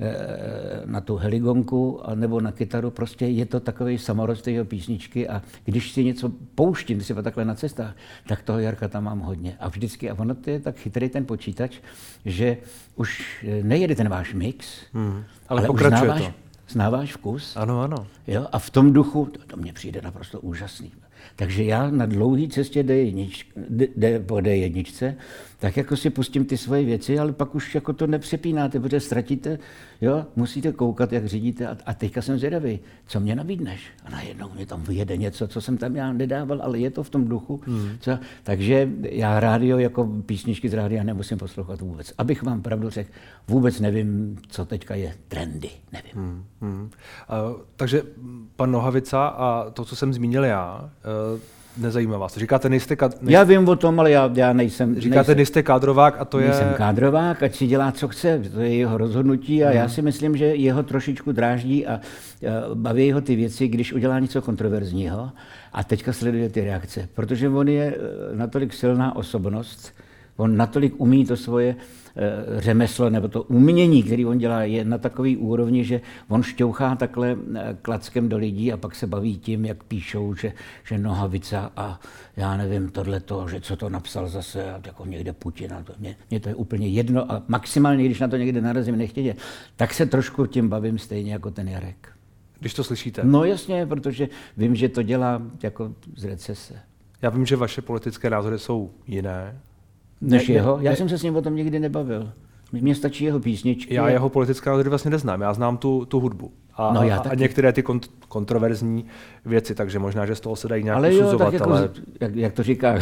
na tu heligonku, nebo na kytaru, prostě je to takový samorost jeho písničky a když si něco pouštím, třeba takhle na cestách, tak toho Jarka tam mám hodně. A vždycky, a ono to je tak chytrý ten počítač, že už nejede ten váš mix, hmm, ale, ale pokračuje znáváš, to. Znáváš vkus? Ano, ano. Jo, a v tom duchu, to, to mně přijde naprosto úžasný. Takže já na dlouhé cestě D jedna, D, D, po D jedna, tak jako si pustím ty svoje věci, ale pak už jako to nepřepínáte, protože ztratíte, jo, musíte koukat, jak řídíte a, a teďka jsem zvědavý, co mě nabídneš? A najednou mě tam vyjede něco, co jsem tam já nedával, ale je to v tom duchu. Hmm. Co? Takže já rádio jako písničky z rádia nemusím poslouchat vůbec. Abych vám pravdu řekl, vůbec nevím, co teďka je trendy, nevím. Hmm. Hmm. Uh, takže pan Nohavica a to, co jsem zmínil já, uh, nezajímá vás. Říkáte, nejste... Kad... nejste... Já vím o tom, ale já, já nejsem... Říkáte, nejsem, nejste kádrovák a to nejsem je... Nejsem kádrovák, ať si dělá, co chce. To je jeho rozhodnutí a hmm. já si myslím, že jeho trošičku dráždí a, a baví ho ty věci, když udělá něco kontroverzního a teďka sleduje ty reakce. Protože on je natolik silná osobnost, on natolik umí to svoje e, řemeslo, nebo to umění, který on dělá, je na takový úrovni, že on šťouchá takhle e, klackem do lidí a pak se baví tím, jak píšou, že, že Nohavica a já nevím, tohleto, že co to napsal zase, a jako někde Putina. To, mě, mě to je úplně jedno a maximálně, když na to někde narazím nechtěně, tak se trošku tím bavím stejně jako ten Jarek. Když to slyšíte? No jasně, protože vím, že to dělá jako z recese. Já vím, že vaše politické názory jsou jiné. Než ne, jeho? Já ne, jsem se s ním o tom nikdy nebavil. Mně stačí jeho písničky. Já jeho politické názory vlastně neznám, já znám tu, tu hudbu. A, no, a některé ty kont- kontroverzní věci, takže možná, že z toho se dají nějak ale usuzovat. Jo, tak jako, ale... jak, jak to říká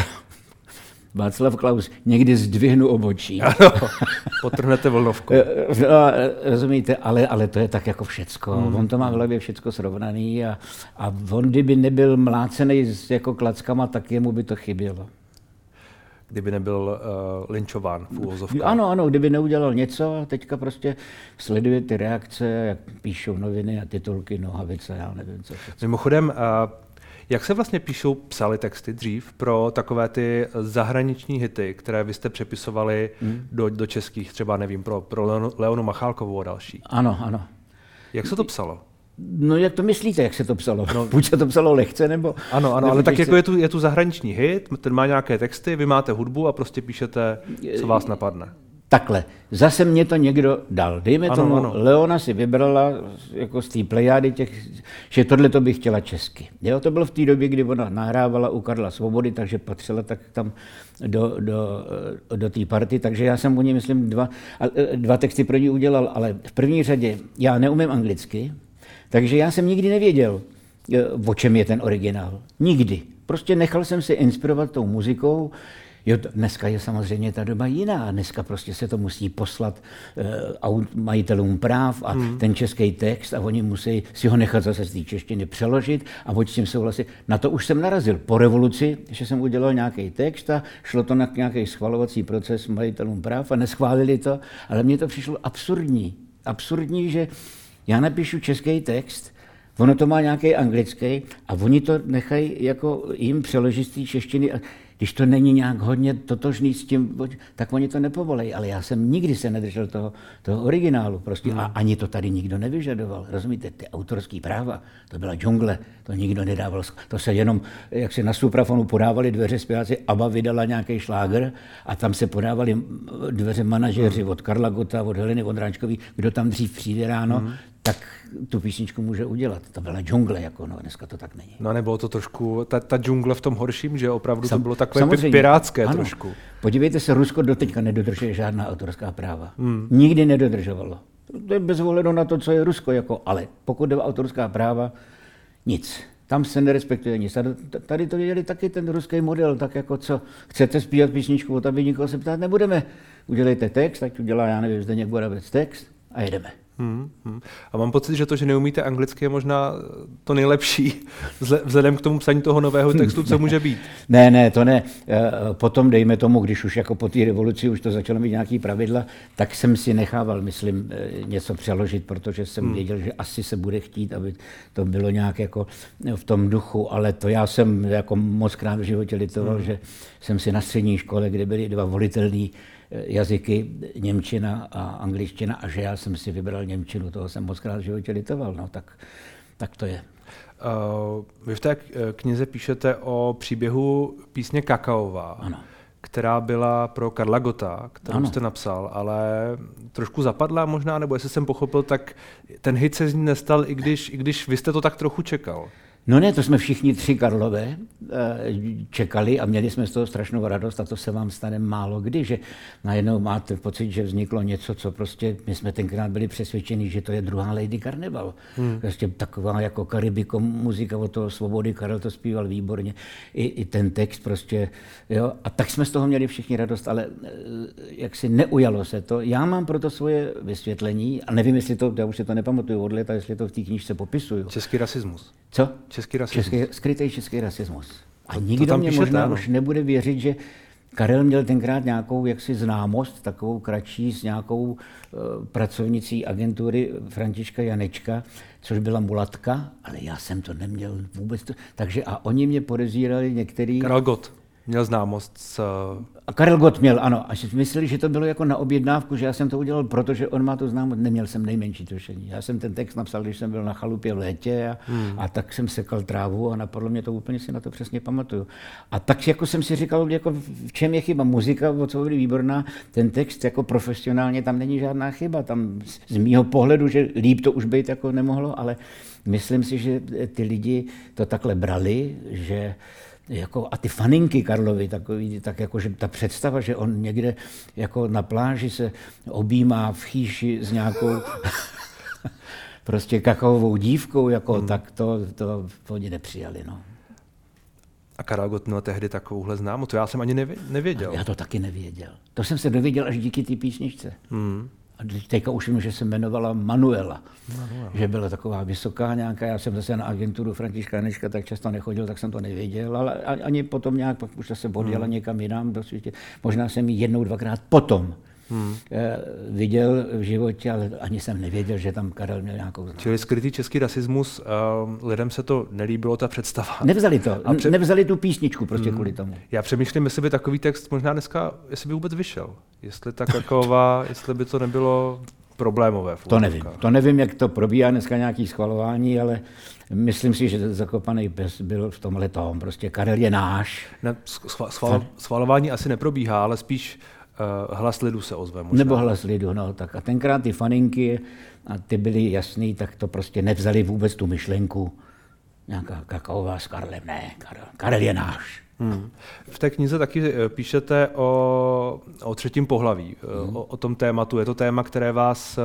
Václav Klaus, někdy zdvihnu obočí. Ano, potrhnete vlnovku. No, rozumíte, ale, ale to je tak jako všecko. Hmm. On to má v hlavě všecko srovnaný a, a on, kdyby nebyl mlácený s jako klackama, tak jemu by to chybělo. Kdyby nebyl uh, linčován v úvozovkách. Ano, ano, kdyby neudělal něco a teďka prostě sleduje ty reakce, jak píšou noviny a titulky Nohavice, já nevím, co. co. Mimochodem, uh, jak se vlastně píšou, psali texty dřív pro takové ty zahraniční hity, které vy jste přepisovali hmm. do, do českých, třeba nevím, pro, pro Leonu, Leonu Machálkovou a další? Ano, ano. Jak se to psalo? No jak to myslíte, jak se to psalo? No, buď se to psalo lehce, nebo... Ano, ano, ale tak jako je tu, je tu zahraniční hit, ten má nějaké texty, vy máte hudbu a prostě píšete, co vás napadne. Takhle, zase mě to někdo dal. Dejme ano, tomu, ano. Leona si vybrala jako z té plejády těch, že tohle to bych chtěla česky. Jo, to bylo v té době, kdy ona nahrávala u Karla Svobody, takže patřila tak tam do, do, do té party, takže já jsem u ní, myslím, dva, dva texty pro ní udělal, ale v první řadě já neumím anglicky, takže já jsem nikdy nevěděl, o čem je ten originál. Nikdy. Prostě nechal jsem se inspirovat tou muzikou. Jo, dneska je samozřejmě ta doba jiná. Dneska prostě se to musí poslat uh, majitelům práv a hmm. ten český text a oni musí si ho nechat zase z té češtiny přeložit a buď s tím souhlasit. Na to už jsem narazil. Po revoluci, že jsem udělal nějaký text a šlo to na nějaký schvalovací proces majitelům práv a neschválili to, ale mně to přišlo absurdní. Absurdní, že já napíšu český text, ono to má nějaký anglický a oni to nechají jako jim přeložit z té češtiny. A když to není nějak hodně totožný s tím, tak oni to nepovolejí. Ale já jsem nikdy se nedržel toho, toho originálu. Prostě. Hmm. A ani to tady nikdo nevyžadoval. Rozumíte, ty autorský práva, to byla džungle, to nikdo nedával. To se jenom, jak se na suprafonu podávali dveře zpěváci, ABBA vydala nějaký šláger a tam se podávali dveře manažeři hmm. od Karla Gotta, od Heleny Vondráčkový, kdo tam dřív přijde ráno, hmm. tak tu písničku může udělat. To byla džungle, jako no, dneska to tak není. No nebylo to trošku, ta, ta džungle v tom horším, že opravdu Sam, to bylo takové pirátské ano. trošku. Podívejte se, Rusko doteďka nedodržuje žádná autorská práva. Hmm. Nikdy nedodržovalo. To je bez ohledu na to, co je Rusko, jako, ale pokud jde o autorská práva, nic. Tam se nerespektuje nic. Tady to viděli taky ten ruský model, tak jako co, chcete zpívat písničku, o tebe nikoho se ptát nebudeme. Udělejte text, ať udělá, já nevím, Zdeněk Boravec text a jedeme. Hmm, hmm. A mám pocit, že to, že neumíte anglicky, je možná to nejlepší vzhledem k tomu psaní toho nového textu, co může být. Ne, ne, to ne. Potom dejme tomu, když už jako po té revoluci už to začalo mít nějaký pravidla, tak jsem si nechával, myslím, něco přeložit, protože jsem hmm. věděl, že asi se bude chtít, aby to bylo nějak jako v tom duchu, ale to já jsem jako moc krát v životě litoval, hmm. že jsem si na střední škole, kde byli dva volitelní jazyky, němčina a angličtina, a že já jsem si vybral němčinu, toho jsem moc krát v životě litoval, no tak, tak to je. Uh, vy v té knize píšete o příběhu písně Kakaová, Ano. která byla pro Karla Gotta, kterou ano. jste napsal, ale trošku zapadla možná, nebo jestli jsem pochopil, tak ten hit se z ní nestal, i když, i když vy jste to tak trochu čekal. No ne, to jsme všichni tři Karlové čekali a měli jsme z toho strašnou radost, a to se vám stane málo kdy, že najednou máte pocit, že vzniklo něco, co prostě, my jsme tenkrát byli přesvědčeni, že to je druhá Lady Carnival. Hmm. Prostě taková jako Karibiko muzika od toho Svobody, Karel to zpíval výborně, I, i ten text prostě, jo, a tak jsme z toho měli všichni radost, ale jak si neujalo se to. Já mám proto svoje vysvětlení a nevím, jestli to, já už si to nepamatuju od leta, jestli to v té knížce popisuju. Český rasismus. Co? Český rasismus. Český, skrytý český rasismus. A to, nikdo to mě píšete, možná ano. už nebude věřit, že Karel měl tenkrát nějakou jaksi známost, takovou kratší s nějakou uh, pracovnicí agentury Františka Janečka, což byla mulatka, ale já jsem to neměl vůbec. To, takže a oni mě podezírali některý... Karel Gott měl známost s... A Karel Gott měl, ano. A mysleli, že to bylo jako na objednávku, že já jsem to udělal, protože on má to známost. Neměl jsem nejmenší tušení. Já jsem ten text napsal, když jsem byl na chalupě v létě a, hmm. a tak jsem sekal trávu a napadlo mě to, úplně si na to přesně pamatuju. A tak jako jsem si říkal, jako v čem je chyba. Muzika od Svobody výborná, ten text jako profesionálně, tam není žádná chyba. Tam z mýho pohledu, že líp to už být jako nemohlo, ale myslím si, že ty lidi to takhle brali, že jako, a ty faninky Karlovy, takový, tak jako, že ta představa, že on někde jako na pláži se objímá v chýši s nějakou prostě kakaovou dívkou, jako, hmm. tak to, to oni nepřijali. No. A Karel Gott měl tehdy takovouhle známo, to já jsem ani nevěděl. Já to taky nevěděl. To jsem se dověděl až díky té písničce. Hmm. A teďka už vím, že se jmenovala Manuela, Manuela, že byla taková vysoká nějaká, já jsem zase na agenturu Františka Janečka tak často nechodil, tak jsem to nevěděl, ale ani potom nějak, pak už se odjela hmm. někam jinam do světě. Možná jsem ji jednou, dvakrát potom hmm. viděl v životě, ale ani jsem nevěděl, že tam Karel měl nějakou známost. Čili skrytý český rasismus, uh, lidem se to nelíbilo, ta představa. Nevzali to, a pře- nevzali tu písničku prostě hmm. kvůli tomu. Já přemýšlím, jestli by takový text možná dneska, jestli by vůbec vyšel. Jestli ta Kakaová, jestli by to nebylo problémové. To nevím. To nevím, jak to probíhá dneska nějaký schvalování, ale myslím si, že Zakopaný pes byl v tomhle tom. Prostě Karel je náš. Ne, schval, schvalování asi neprobíhá, ale spíš uh, hlas lidu se ozve. Možná. Nebo hlas lidu, no. Tak a tenkrát ty faninky, a ty byly jasný, tak to prostě nevzali vůbec tu myšlenku. Nějaká Kakaová s Karlem, ne, Karel, Karel je náš. Hmm. V té knize taky píšete o, o třetím pohlaví, hmm. o, o tom tématu. Je to téma, které vás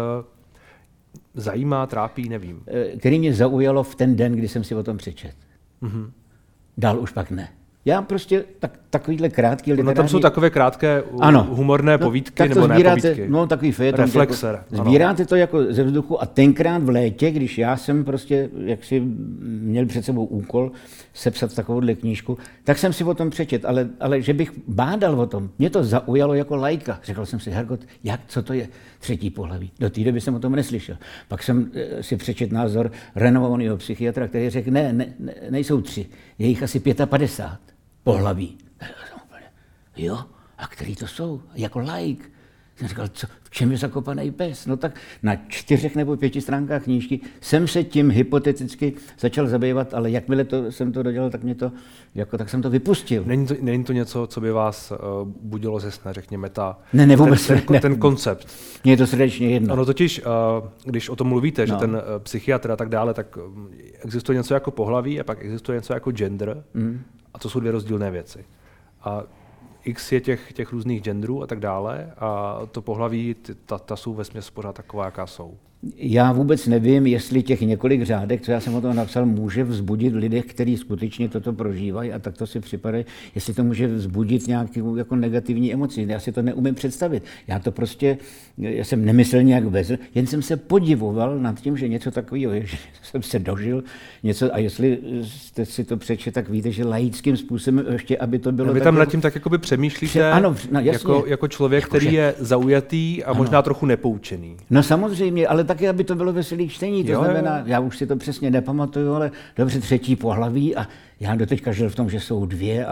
zajímá, trápí, nevím. Který mě zaujalo v ten den, kdy jsem si o tom přečet. Hmm. Dál už pak ne. Já prostě tak, takovýhle krátký literární... No tam jsou takové krátké ano. humorné povídky, no, nebo ne sbíráte, povídky. No takový fejeton. Reflexer. Jako, sbíráte to jako ze vzduchu a tenkrát v létě, když já jsem prostě jaksi měl před sebou úkol sepsat takovouhle knížku, tak jsem si o tom přečet, ale, ale že bych bádal o tom, mě to zaujalo jako laika. Řekl jsem si, Hergot, jak, co to je třetí pohlaví? Do té doby jsem o tom neslyšel. Pak jsem si přečet názor renomovaného psychiatra, který řekl, ne, ne, ne, nejsou tři, je jich asi padesát pět. Pohlaví. Jo? A který to jsou? Jako laik. Jsem říkal, co, v čem je Zakopaný pes? No tak na čtyřech nebo pěti stránkách knížky jsem se tím hypoteticky začal zabývat, ale jakmile to, jsem to dodělal, tak mě to, jako, tak jsem to vypustil. Není to, není to něco, co by vás uh, budilo ze sna, řekněme, ta, ne, ne, vůbec ten, ten, ne. ten koncept. Mně je to srdečně jedno. Ono totiž, uh, když o tom mluvíte, no. že ten uh, psychiatr a tak dále, tak um, existuje něco jako pohlaví a pak existuje něco jako gender. Mm. A to jsou dvě rozdílné věci. A x je těch, těch různých genderů a tak dále a to pohlaví, ta, ta jsou vesměs pořád taková, jaká jsou. Já vůbec nevím, jestli těch několik řádek, co já jsem o tom napsal, může vzbudit v lidech, kteří skutečně toto prožívají a tak to si připadají, jestli to může vzbudit nějakou jako negativní emoci. Já si to neumím představit. Já to prostě, já jsem nemyslel nějak vezl, jen jsem se podivoval nad tím, že něco takového, že jsem se dožil něco a jestli jste si to přečet, tak víte, že laickým způsobem ještě, aby to bylo... A vy tam nad tím tak jakoby přemýšlíte Pře- ano, no, jako, jako člověk, jako který že... je zaujatý a ano. možná trochu nepoučený. No samozřejmě, ale taky, aby to bylo veselý čtení, to jo, znamená, jo. já už si to přesně nepamatuju, ale dobře třetí pohlaví a já doteďka žil v tom, že jsou dvě a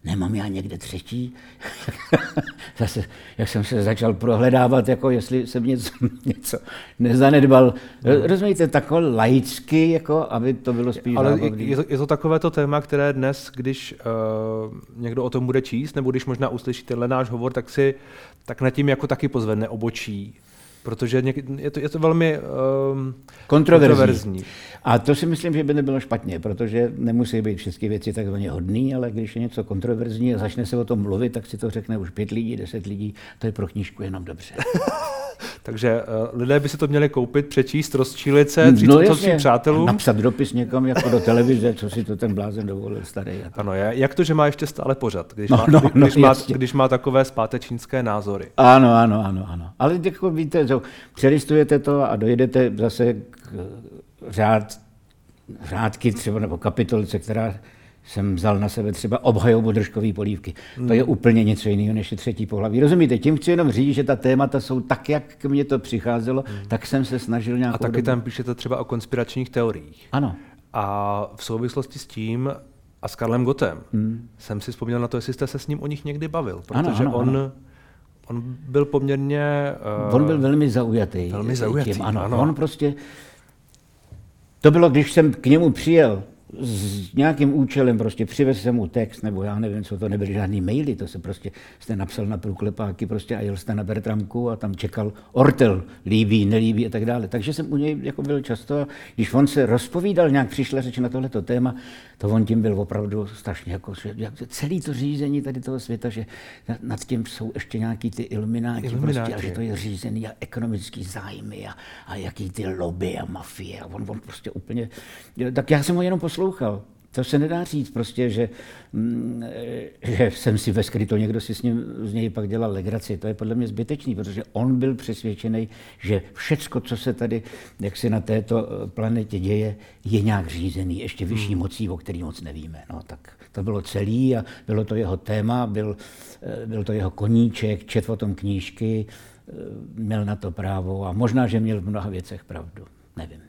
nemám já někde třetí? Zase, jak jsem se začal prohledávat, jako jestli jsem něco, něco nezanedbal. Rozumíte, takové laicky, jako, aby to bylo spíš Ale zábavný. je to, je to takovéto téma, které dnes, když uh, někdo o tom bude číst, nebo když možná uslyší tenhle náš hovor, tak si tak nad tím jako taky pozvedne obočí. Protože je to, je to velmi um, kontroverzní. kontroverzní. A to si myslím, že by nebylo špatně, protože nemusí být všechny věci takzvaně hodný, ale když je něco kontroverzní a začne se o tom mluvit, tak si to řekne už pět lidí, deset lidí, to je pro knížku jenom dobře. Takže uh, lidé by si to měli koupit, přečíst, rozčílit se, říct no to svým přátelům. Napsat dopis někam jako do televize, co si to ten blázen dovolil starý. Ano, jak to, že má ještě stále pořad, když, no, má, no, když, no, má, když má takové zpátečnické názory. Ano, ano, ano, ano. Ale jako víte, že přelistujete to a dojedete zase k řád, řádky třeba nebo kapitolce, která jsem vzal na sebe třeba obhajobu držkové polívky. Hmm. To je úplně něco jiného než je třetí pohlaví. Rozumíte? Tím chci jenom říct, že ta témata jsou tak, jak k mně to přicházelo, hmm. tak jsem se snažil nějakou A taky dobu... tam píšete třeba o konspiračních teoriích. Ano. A v souvislosti s tím a s Karlem Gottem hmm. jsem si vzpomněl na to, jestli jste se s ním o nich někdy bavil. Protože ano, ano, on, ano. on byl poměrně... Uh, on byl velmi zaujatý. Velmi zaujatý, tím, ano. ano. On prostě... To bylo, když jsem k němu přijel, s nějakým účelem prostě přivez jsem mu text, nebo já nevím, co to nebyly žádný maily, to se prostě jste napsal na průklepáky prostě a jel jste na Bertramku a tam čekal ortel, líbí, nelíbí a tak dále. Takže jsem u něj jako byl často a když on se rozpovídal, nějak přišla řeč na tohleto téma, to on tím byl opravdu strašně jako, že celý to řízení tady toho světa, že nad tím jsou ještě nějaký ty ilumináti, ilumináti. Prostě, a že to je řízený a ekonomický zájmy a, a jaký ty lobby a mafie a on, on prostě úplně, tak já jsem ho jenom poslouchal. To se nedá říct prostě, že, že jsem si veskryto, někdo si s ním z něj pak dělal legraci. To je podle mě zbytečný, protože on byl přesvědčený, že všecko, co se tady jak se na této planetě děje, je nějak řízený, ještě vyšší hmm. mocí, o který moc nevíme. No, tak to bylo celý a bylo to jeho téma, byl, byl to jeho koníček, četl o tom knížky, měl na to právo a možná, že měl v mnoha věcech pravdu. Nevím.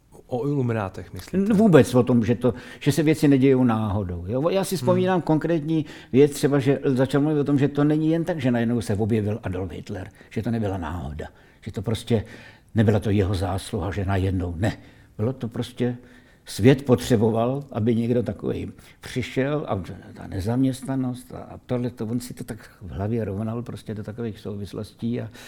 O iluminátech, myslím. Vůbec o tom, že, to, že se věci nedějou náhodou. Jo? Já si vzpomínám hmm. konkrétní věc, třeba, že začal mluvit o tom, že to není jen tak, že najednou se objevil Adolf Hitler, že to nebyla náhoda, že to prostě nebyla to jeho zásluha, že najednou ne. Bylo to prostě, svět potřeboval, aby někdo takový přišel a ta nezaměstnanost a tohle, to, on si to tak v hlavě rovnal prostě do takových souvislostí a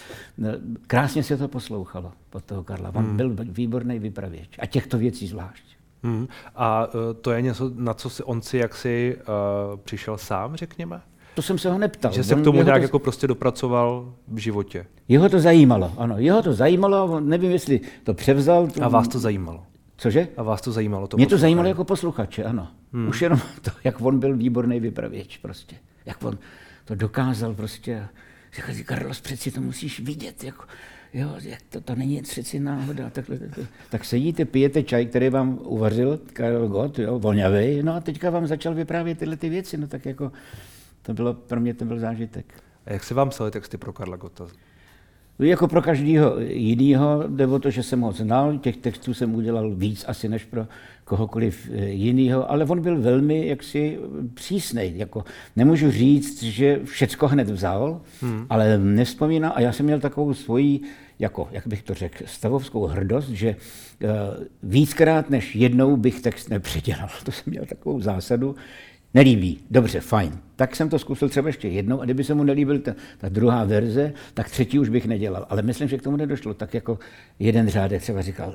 krásně se to poslouchalo od toho Karla. On hmm. byl výborný vypravěč a těchto věcí zvlášť. Hmm. A uh, to je něco, na co si on si jaksi uh, přišel sám, řekněme? To jsem se ho neptal. Že se k tomu nějak to... jako prostě dopracoval v životě. Jeho to zajímalo, ano. Jeho to zajímalo, nevím, jestli to převzal. To... A vás to zajímalo? Cože? A vás to zajímalo? To Mě to zajímalo jako posluchače, ano. Hmm. Už jenom to, jak on byl výborný vypravěč prostě. Jak on to dokázal prostě. Říkal si, Carlos, přeci to musíš vidět, jako, jo, jak to, to není přeci náhoda. Takhle, takhle. Tak sedíte, pijete čaj, který vám uvařil Karel Gott, jo, voňavej, no a teďka vám začal vyprávět tyhle ty věci, no tak jako, to bylo, pro mě to byl zážitek. A jak se vám psaly texty pro Karla Gotta? Jako pro každého jiného, jde o to, že jsem ho znal, těch textů jsem udělal víc asi než pro kohokoliv jiného, ale on byl velmi jaksi přísnej. Jako, nemůžu říct, že všecko hned vzal, hmm. ale nevzpomínám, a já jsem měl takovou svoji, jako, jak bych to řekl, stavovskou hrdost, že uh, víckrát než jednou bych text nepředělal. To jsem měl takovou zásadu. Nelíbí, dobře, fajn. Tak jsem to zkusil třeba ještě jednou a kdyby se mu nelíbil ta, ta druhá verze, tak třetí už bych nedělal. Ale myslím, že k tomu nedošlo. Tak jako jeden řádek třeba říkal,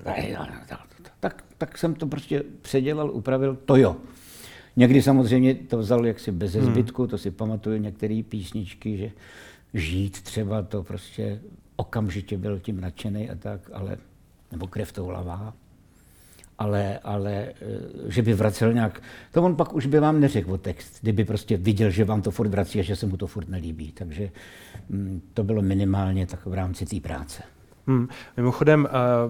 tak, tak jsem to prostě předělal, upravil, to jo. Někdy samozřejmě to vzal jaksi bez zbytku, to si pamatuju některé písničky, že žít třeba to prostě okamžitě byl tím nadšený a tak, ale, nebo krev toulavá. Ale, ale že by vracel nějak, to on pak už by vám neřekl o text, kdyby prostě viděl, že vám to furt vrací a že se mu to furt nelíbí. Takže hm, to bylo minimálně tak v rámci té práce. Hmm. Mimochodem, uh,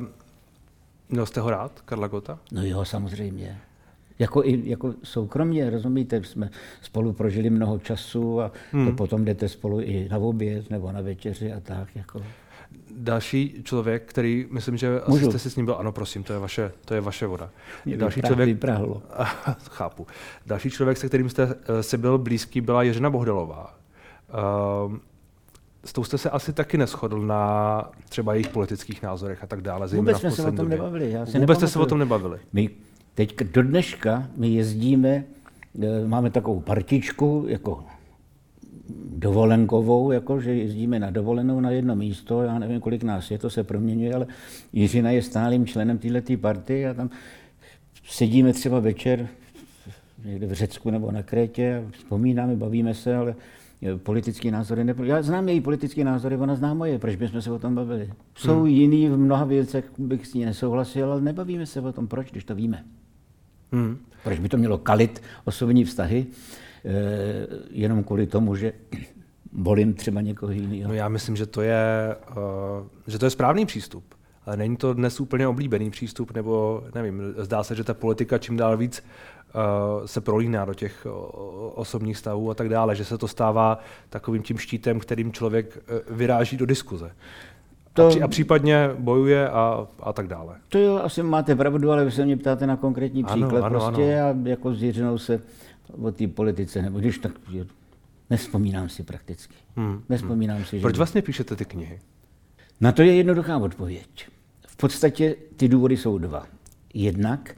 měl jste ho rád, Karla Gotta? No jo, samozřejmě. Jako i jako soukromně, rozumíte, jsme spolu prožili mnoho času a hmm. to potom jdete spolu i na oběd nebo na večeři a tak. Jako. Další člověk, který, myslím, že asi Můžu. jste si s ním byl, ano, prosím, to je vaše, to je vaše voda. Mě Další vyprah, člověk, vyprahlo. chápu. Další člověk, se kterým jste si byl blízký, byla Jiřina Bohdalová. Uh, s tou jste se asi taky neshodl na třeba jejich politických názorech a tak dále. Vůbec jsme se o tom nebavili. Já si Vůbec jste se o tom nebavili. My teď do dneška my jezdíme, máme takovou partičku, jako dovolenkovou, jako, že jezdíme na dovolenou na jedno místo, já nevím, kolik nás je, to se proměňuje, ale Jiřina je stálým členem této party a tam sedíme třeba večer někde v Řecku nebo na Krétě a vzpomínáme, bavíme se, ale politický názory nebyly. Já znám její politické názory, ona zná moje, proč bychom se o tom bavili. Jsou hmm. jiný, v mnoha věcech bych s ní nesouhlasil, ale nebavíme se o tom, proč, když to víme. Hmm. Proč by to mělo kalit osobní vztahy, eh, jenom kvůli tomu, že volím třeba někoho jiného. No já myslím, že to je, uh, že to je správný přístup. Ale není to dnes úplně oblíbený přístup, nebo nevím, zdá se, že ta politika čím dál víc uh, se prolíná do těch uh, osobních stavů a tak dále, že se to stává takovým tím štítem, kterým člověk uh, vyráží do diskuze. To, a, při, a případně bojuje a, a tak dále. To jo, asi máte pravdu, ale vy se mě ptáte na konkrétní příklad. Ano, ano, prostě ano. A jako s Jiřinou se o té politice, nebo když tak, nespomínám si prakticky. Hmm. Nespomínám hmm. si, že... Proč vlastně píšete ty knihy? Na to je jednoduchá odpověď. V podstatě ty důvody jsou dva. Jednak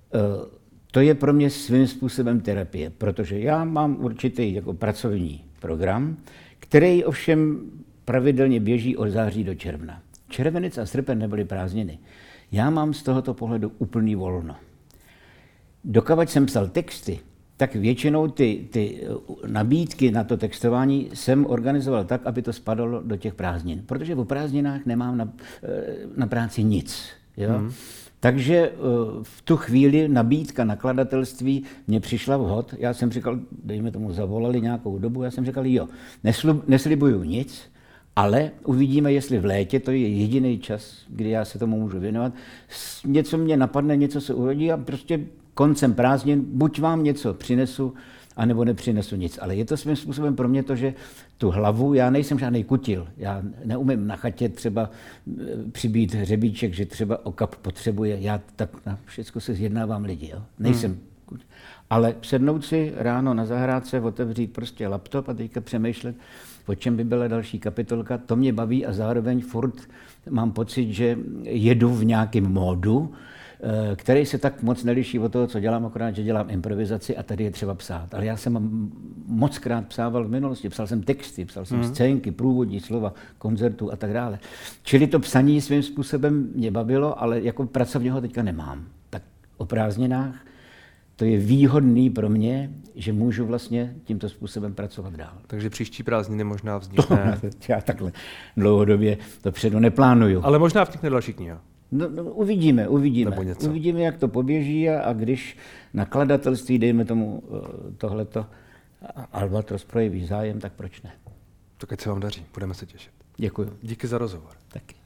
to je pro mě svým způsobem terapie, protože já mám určitý jako pracovní program, který ovšem pravidelně běží od září do června. Červenec a srpen nebyly prázdniny. Já mám z tohoto pohledu úplný volno. Dokavať jsem psal texty, tak většinou ty, ty nabídky na to textování jsem organizoval tak, aby to spadalo do těch prázdnin. Protože o prázdninách nemám na, na práci nic. Jo? Hmm. Takže v tu chvíli nabídka nakladatelství mě přišla vhod. Já jsem říkal, dejme tomu, zavolali nějakou dobu, já jsem říkal, jo, neslu, neslibuju nic, ale uvidíme, jestli v létě, to je jediný čas, kdy já se tomu můžu věnovat, něco mě napadne, něco se urodí a prostě koncem prázdnin buď vám něco přinesu, anebo nepřinesu nic. Ale je to svým způsobem pro mě to, že tu hlavu, já nejsem žádný kutil, já neumím na chatě třeba přibít hřebíček, že třeba okap potřebuje, já tak na všechno se zjednávám lidi, jo? Nejsem hmm. kutil. Ale sednout si ráno na zahrádce, otevřít prostě laptop a teďka přemýšlet, o čem by byla další kapitolka, to mě baví a zároveň furt mám pocit, že jedu v nějakém módu, který se tak moc neliší od toho, co dělám, akorát, že dělám improvizaci a tady je třeba psát. Ale já jsem moc krát psával v minulosti, psal jsem texty, psal jsem mm. scénky, průvodní slova, koncertů a tak dále. Čili to psaní svým způsobem mě bavilo, ale jako pracovně ho teďka nemám. Tak o prázdninách to je výhodný pro mě, že můžu vlastně tímto způsobem pracovat dál. Takže příští prázdniny možná vznikne... Já takhle dlouhodobě dopředu neplánuju. Ale možná vznikne další kniha. No, no, uvidíme, uvidíme. Uvidíme, jak to poběží a, a když nakladatelství, dejme tomu tohleto, Albatros projeví zájem, tak proč ne? Tak ať se vám daří, budeme se těšit. Děkuju. Díky za rozhovor. Taky.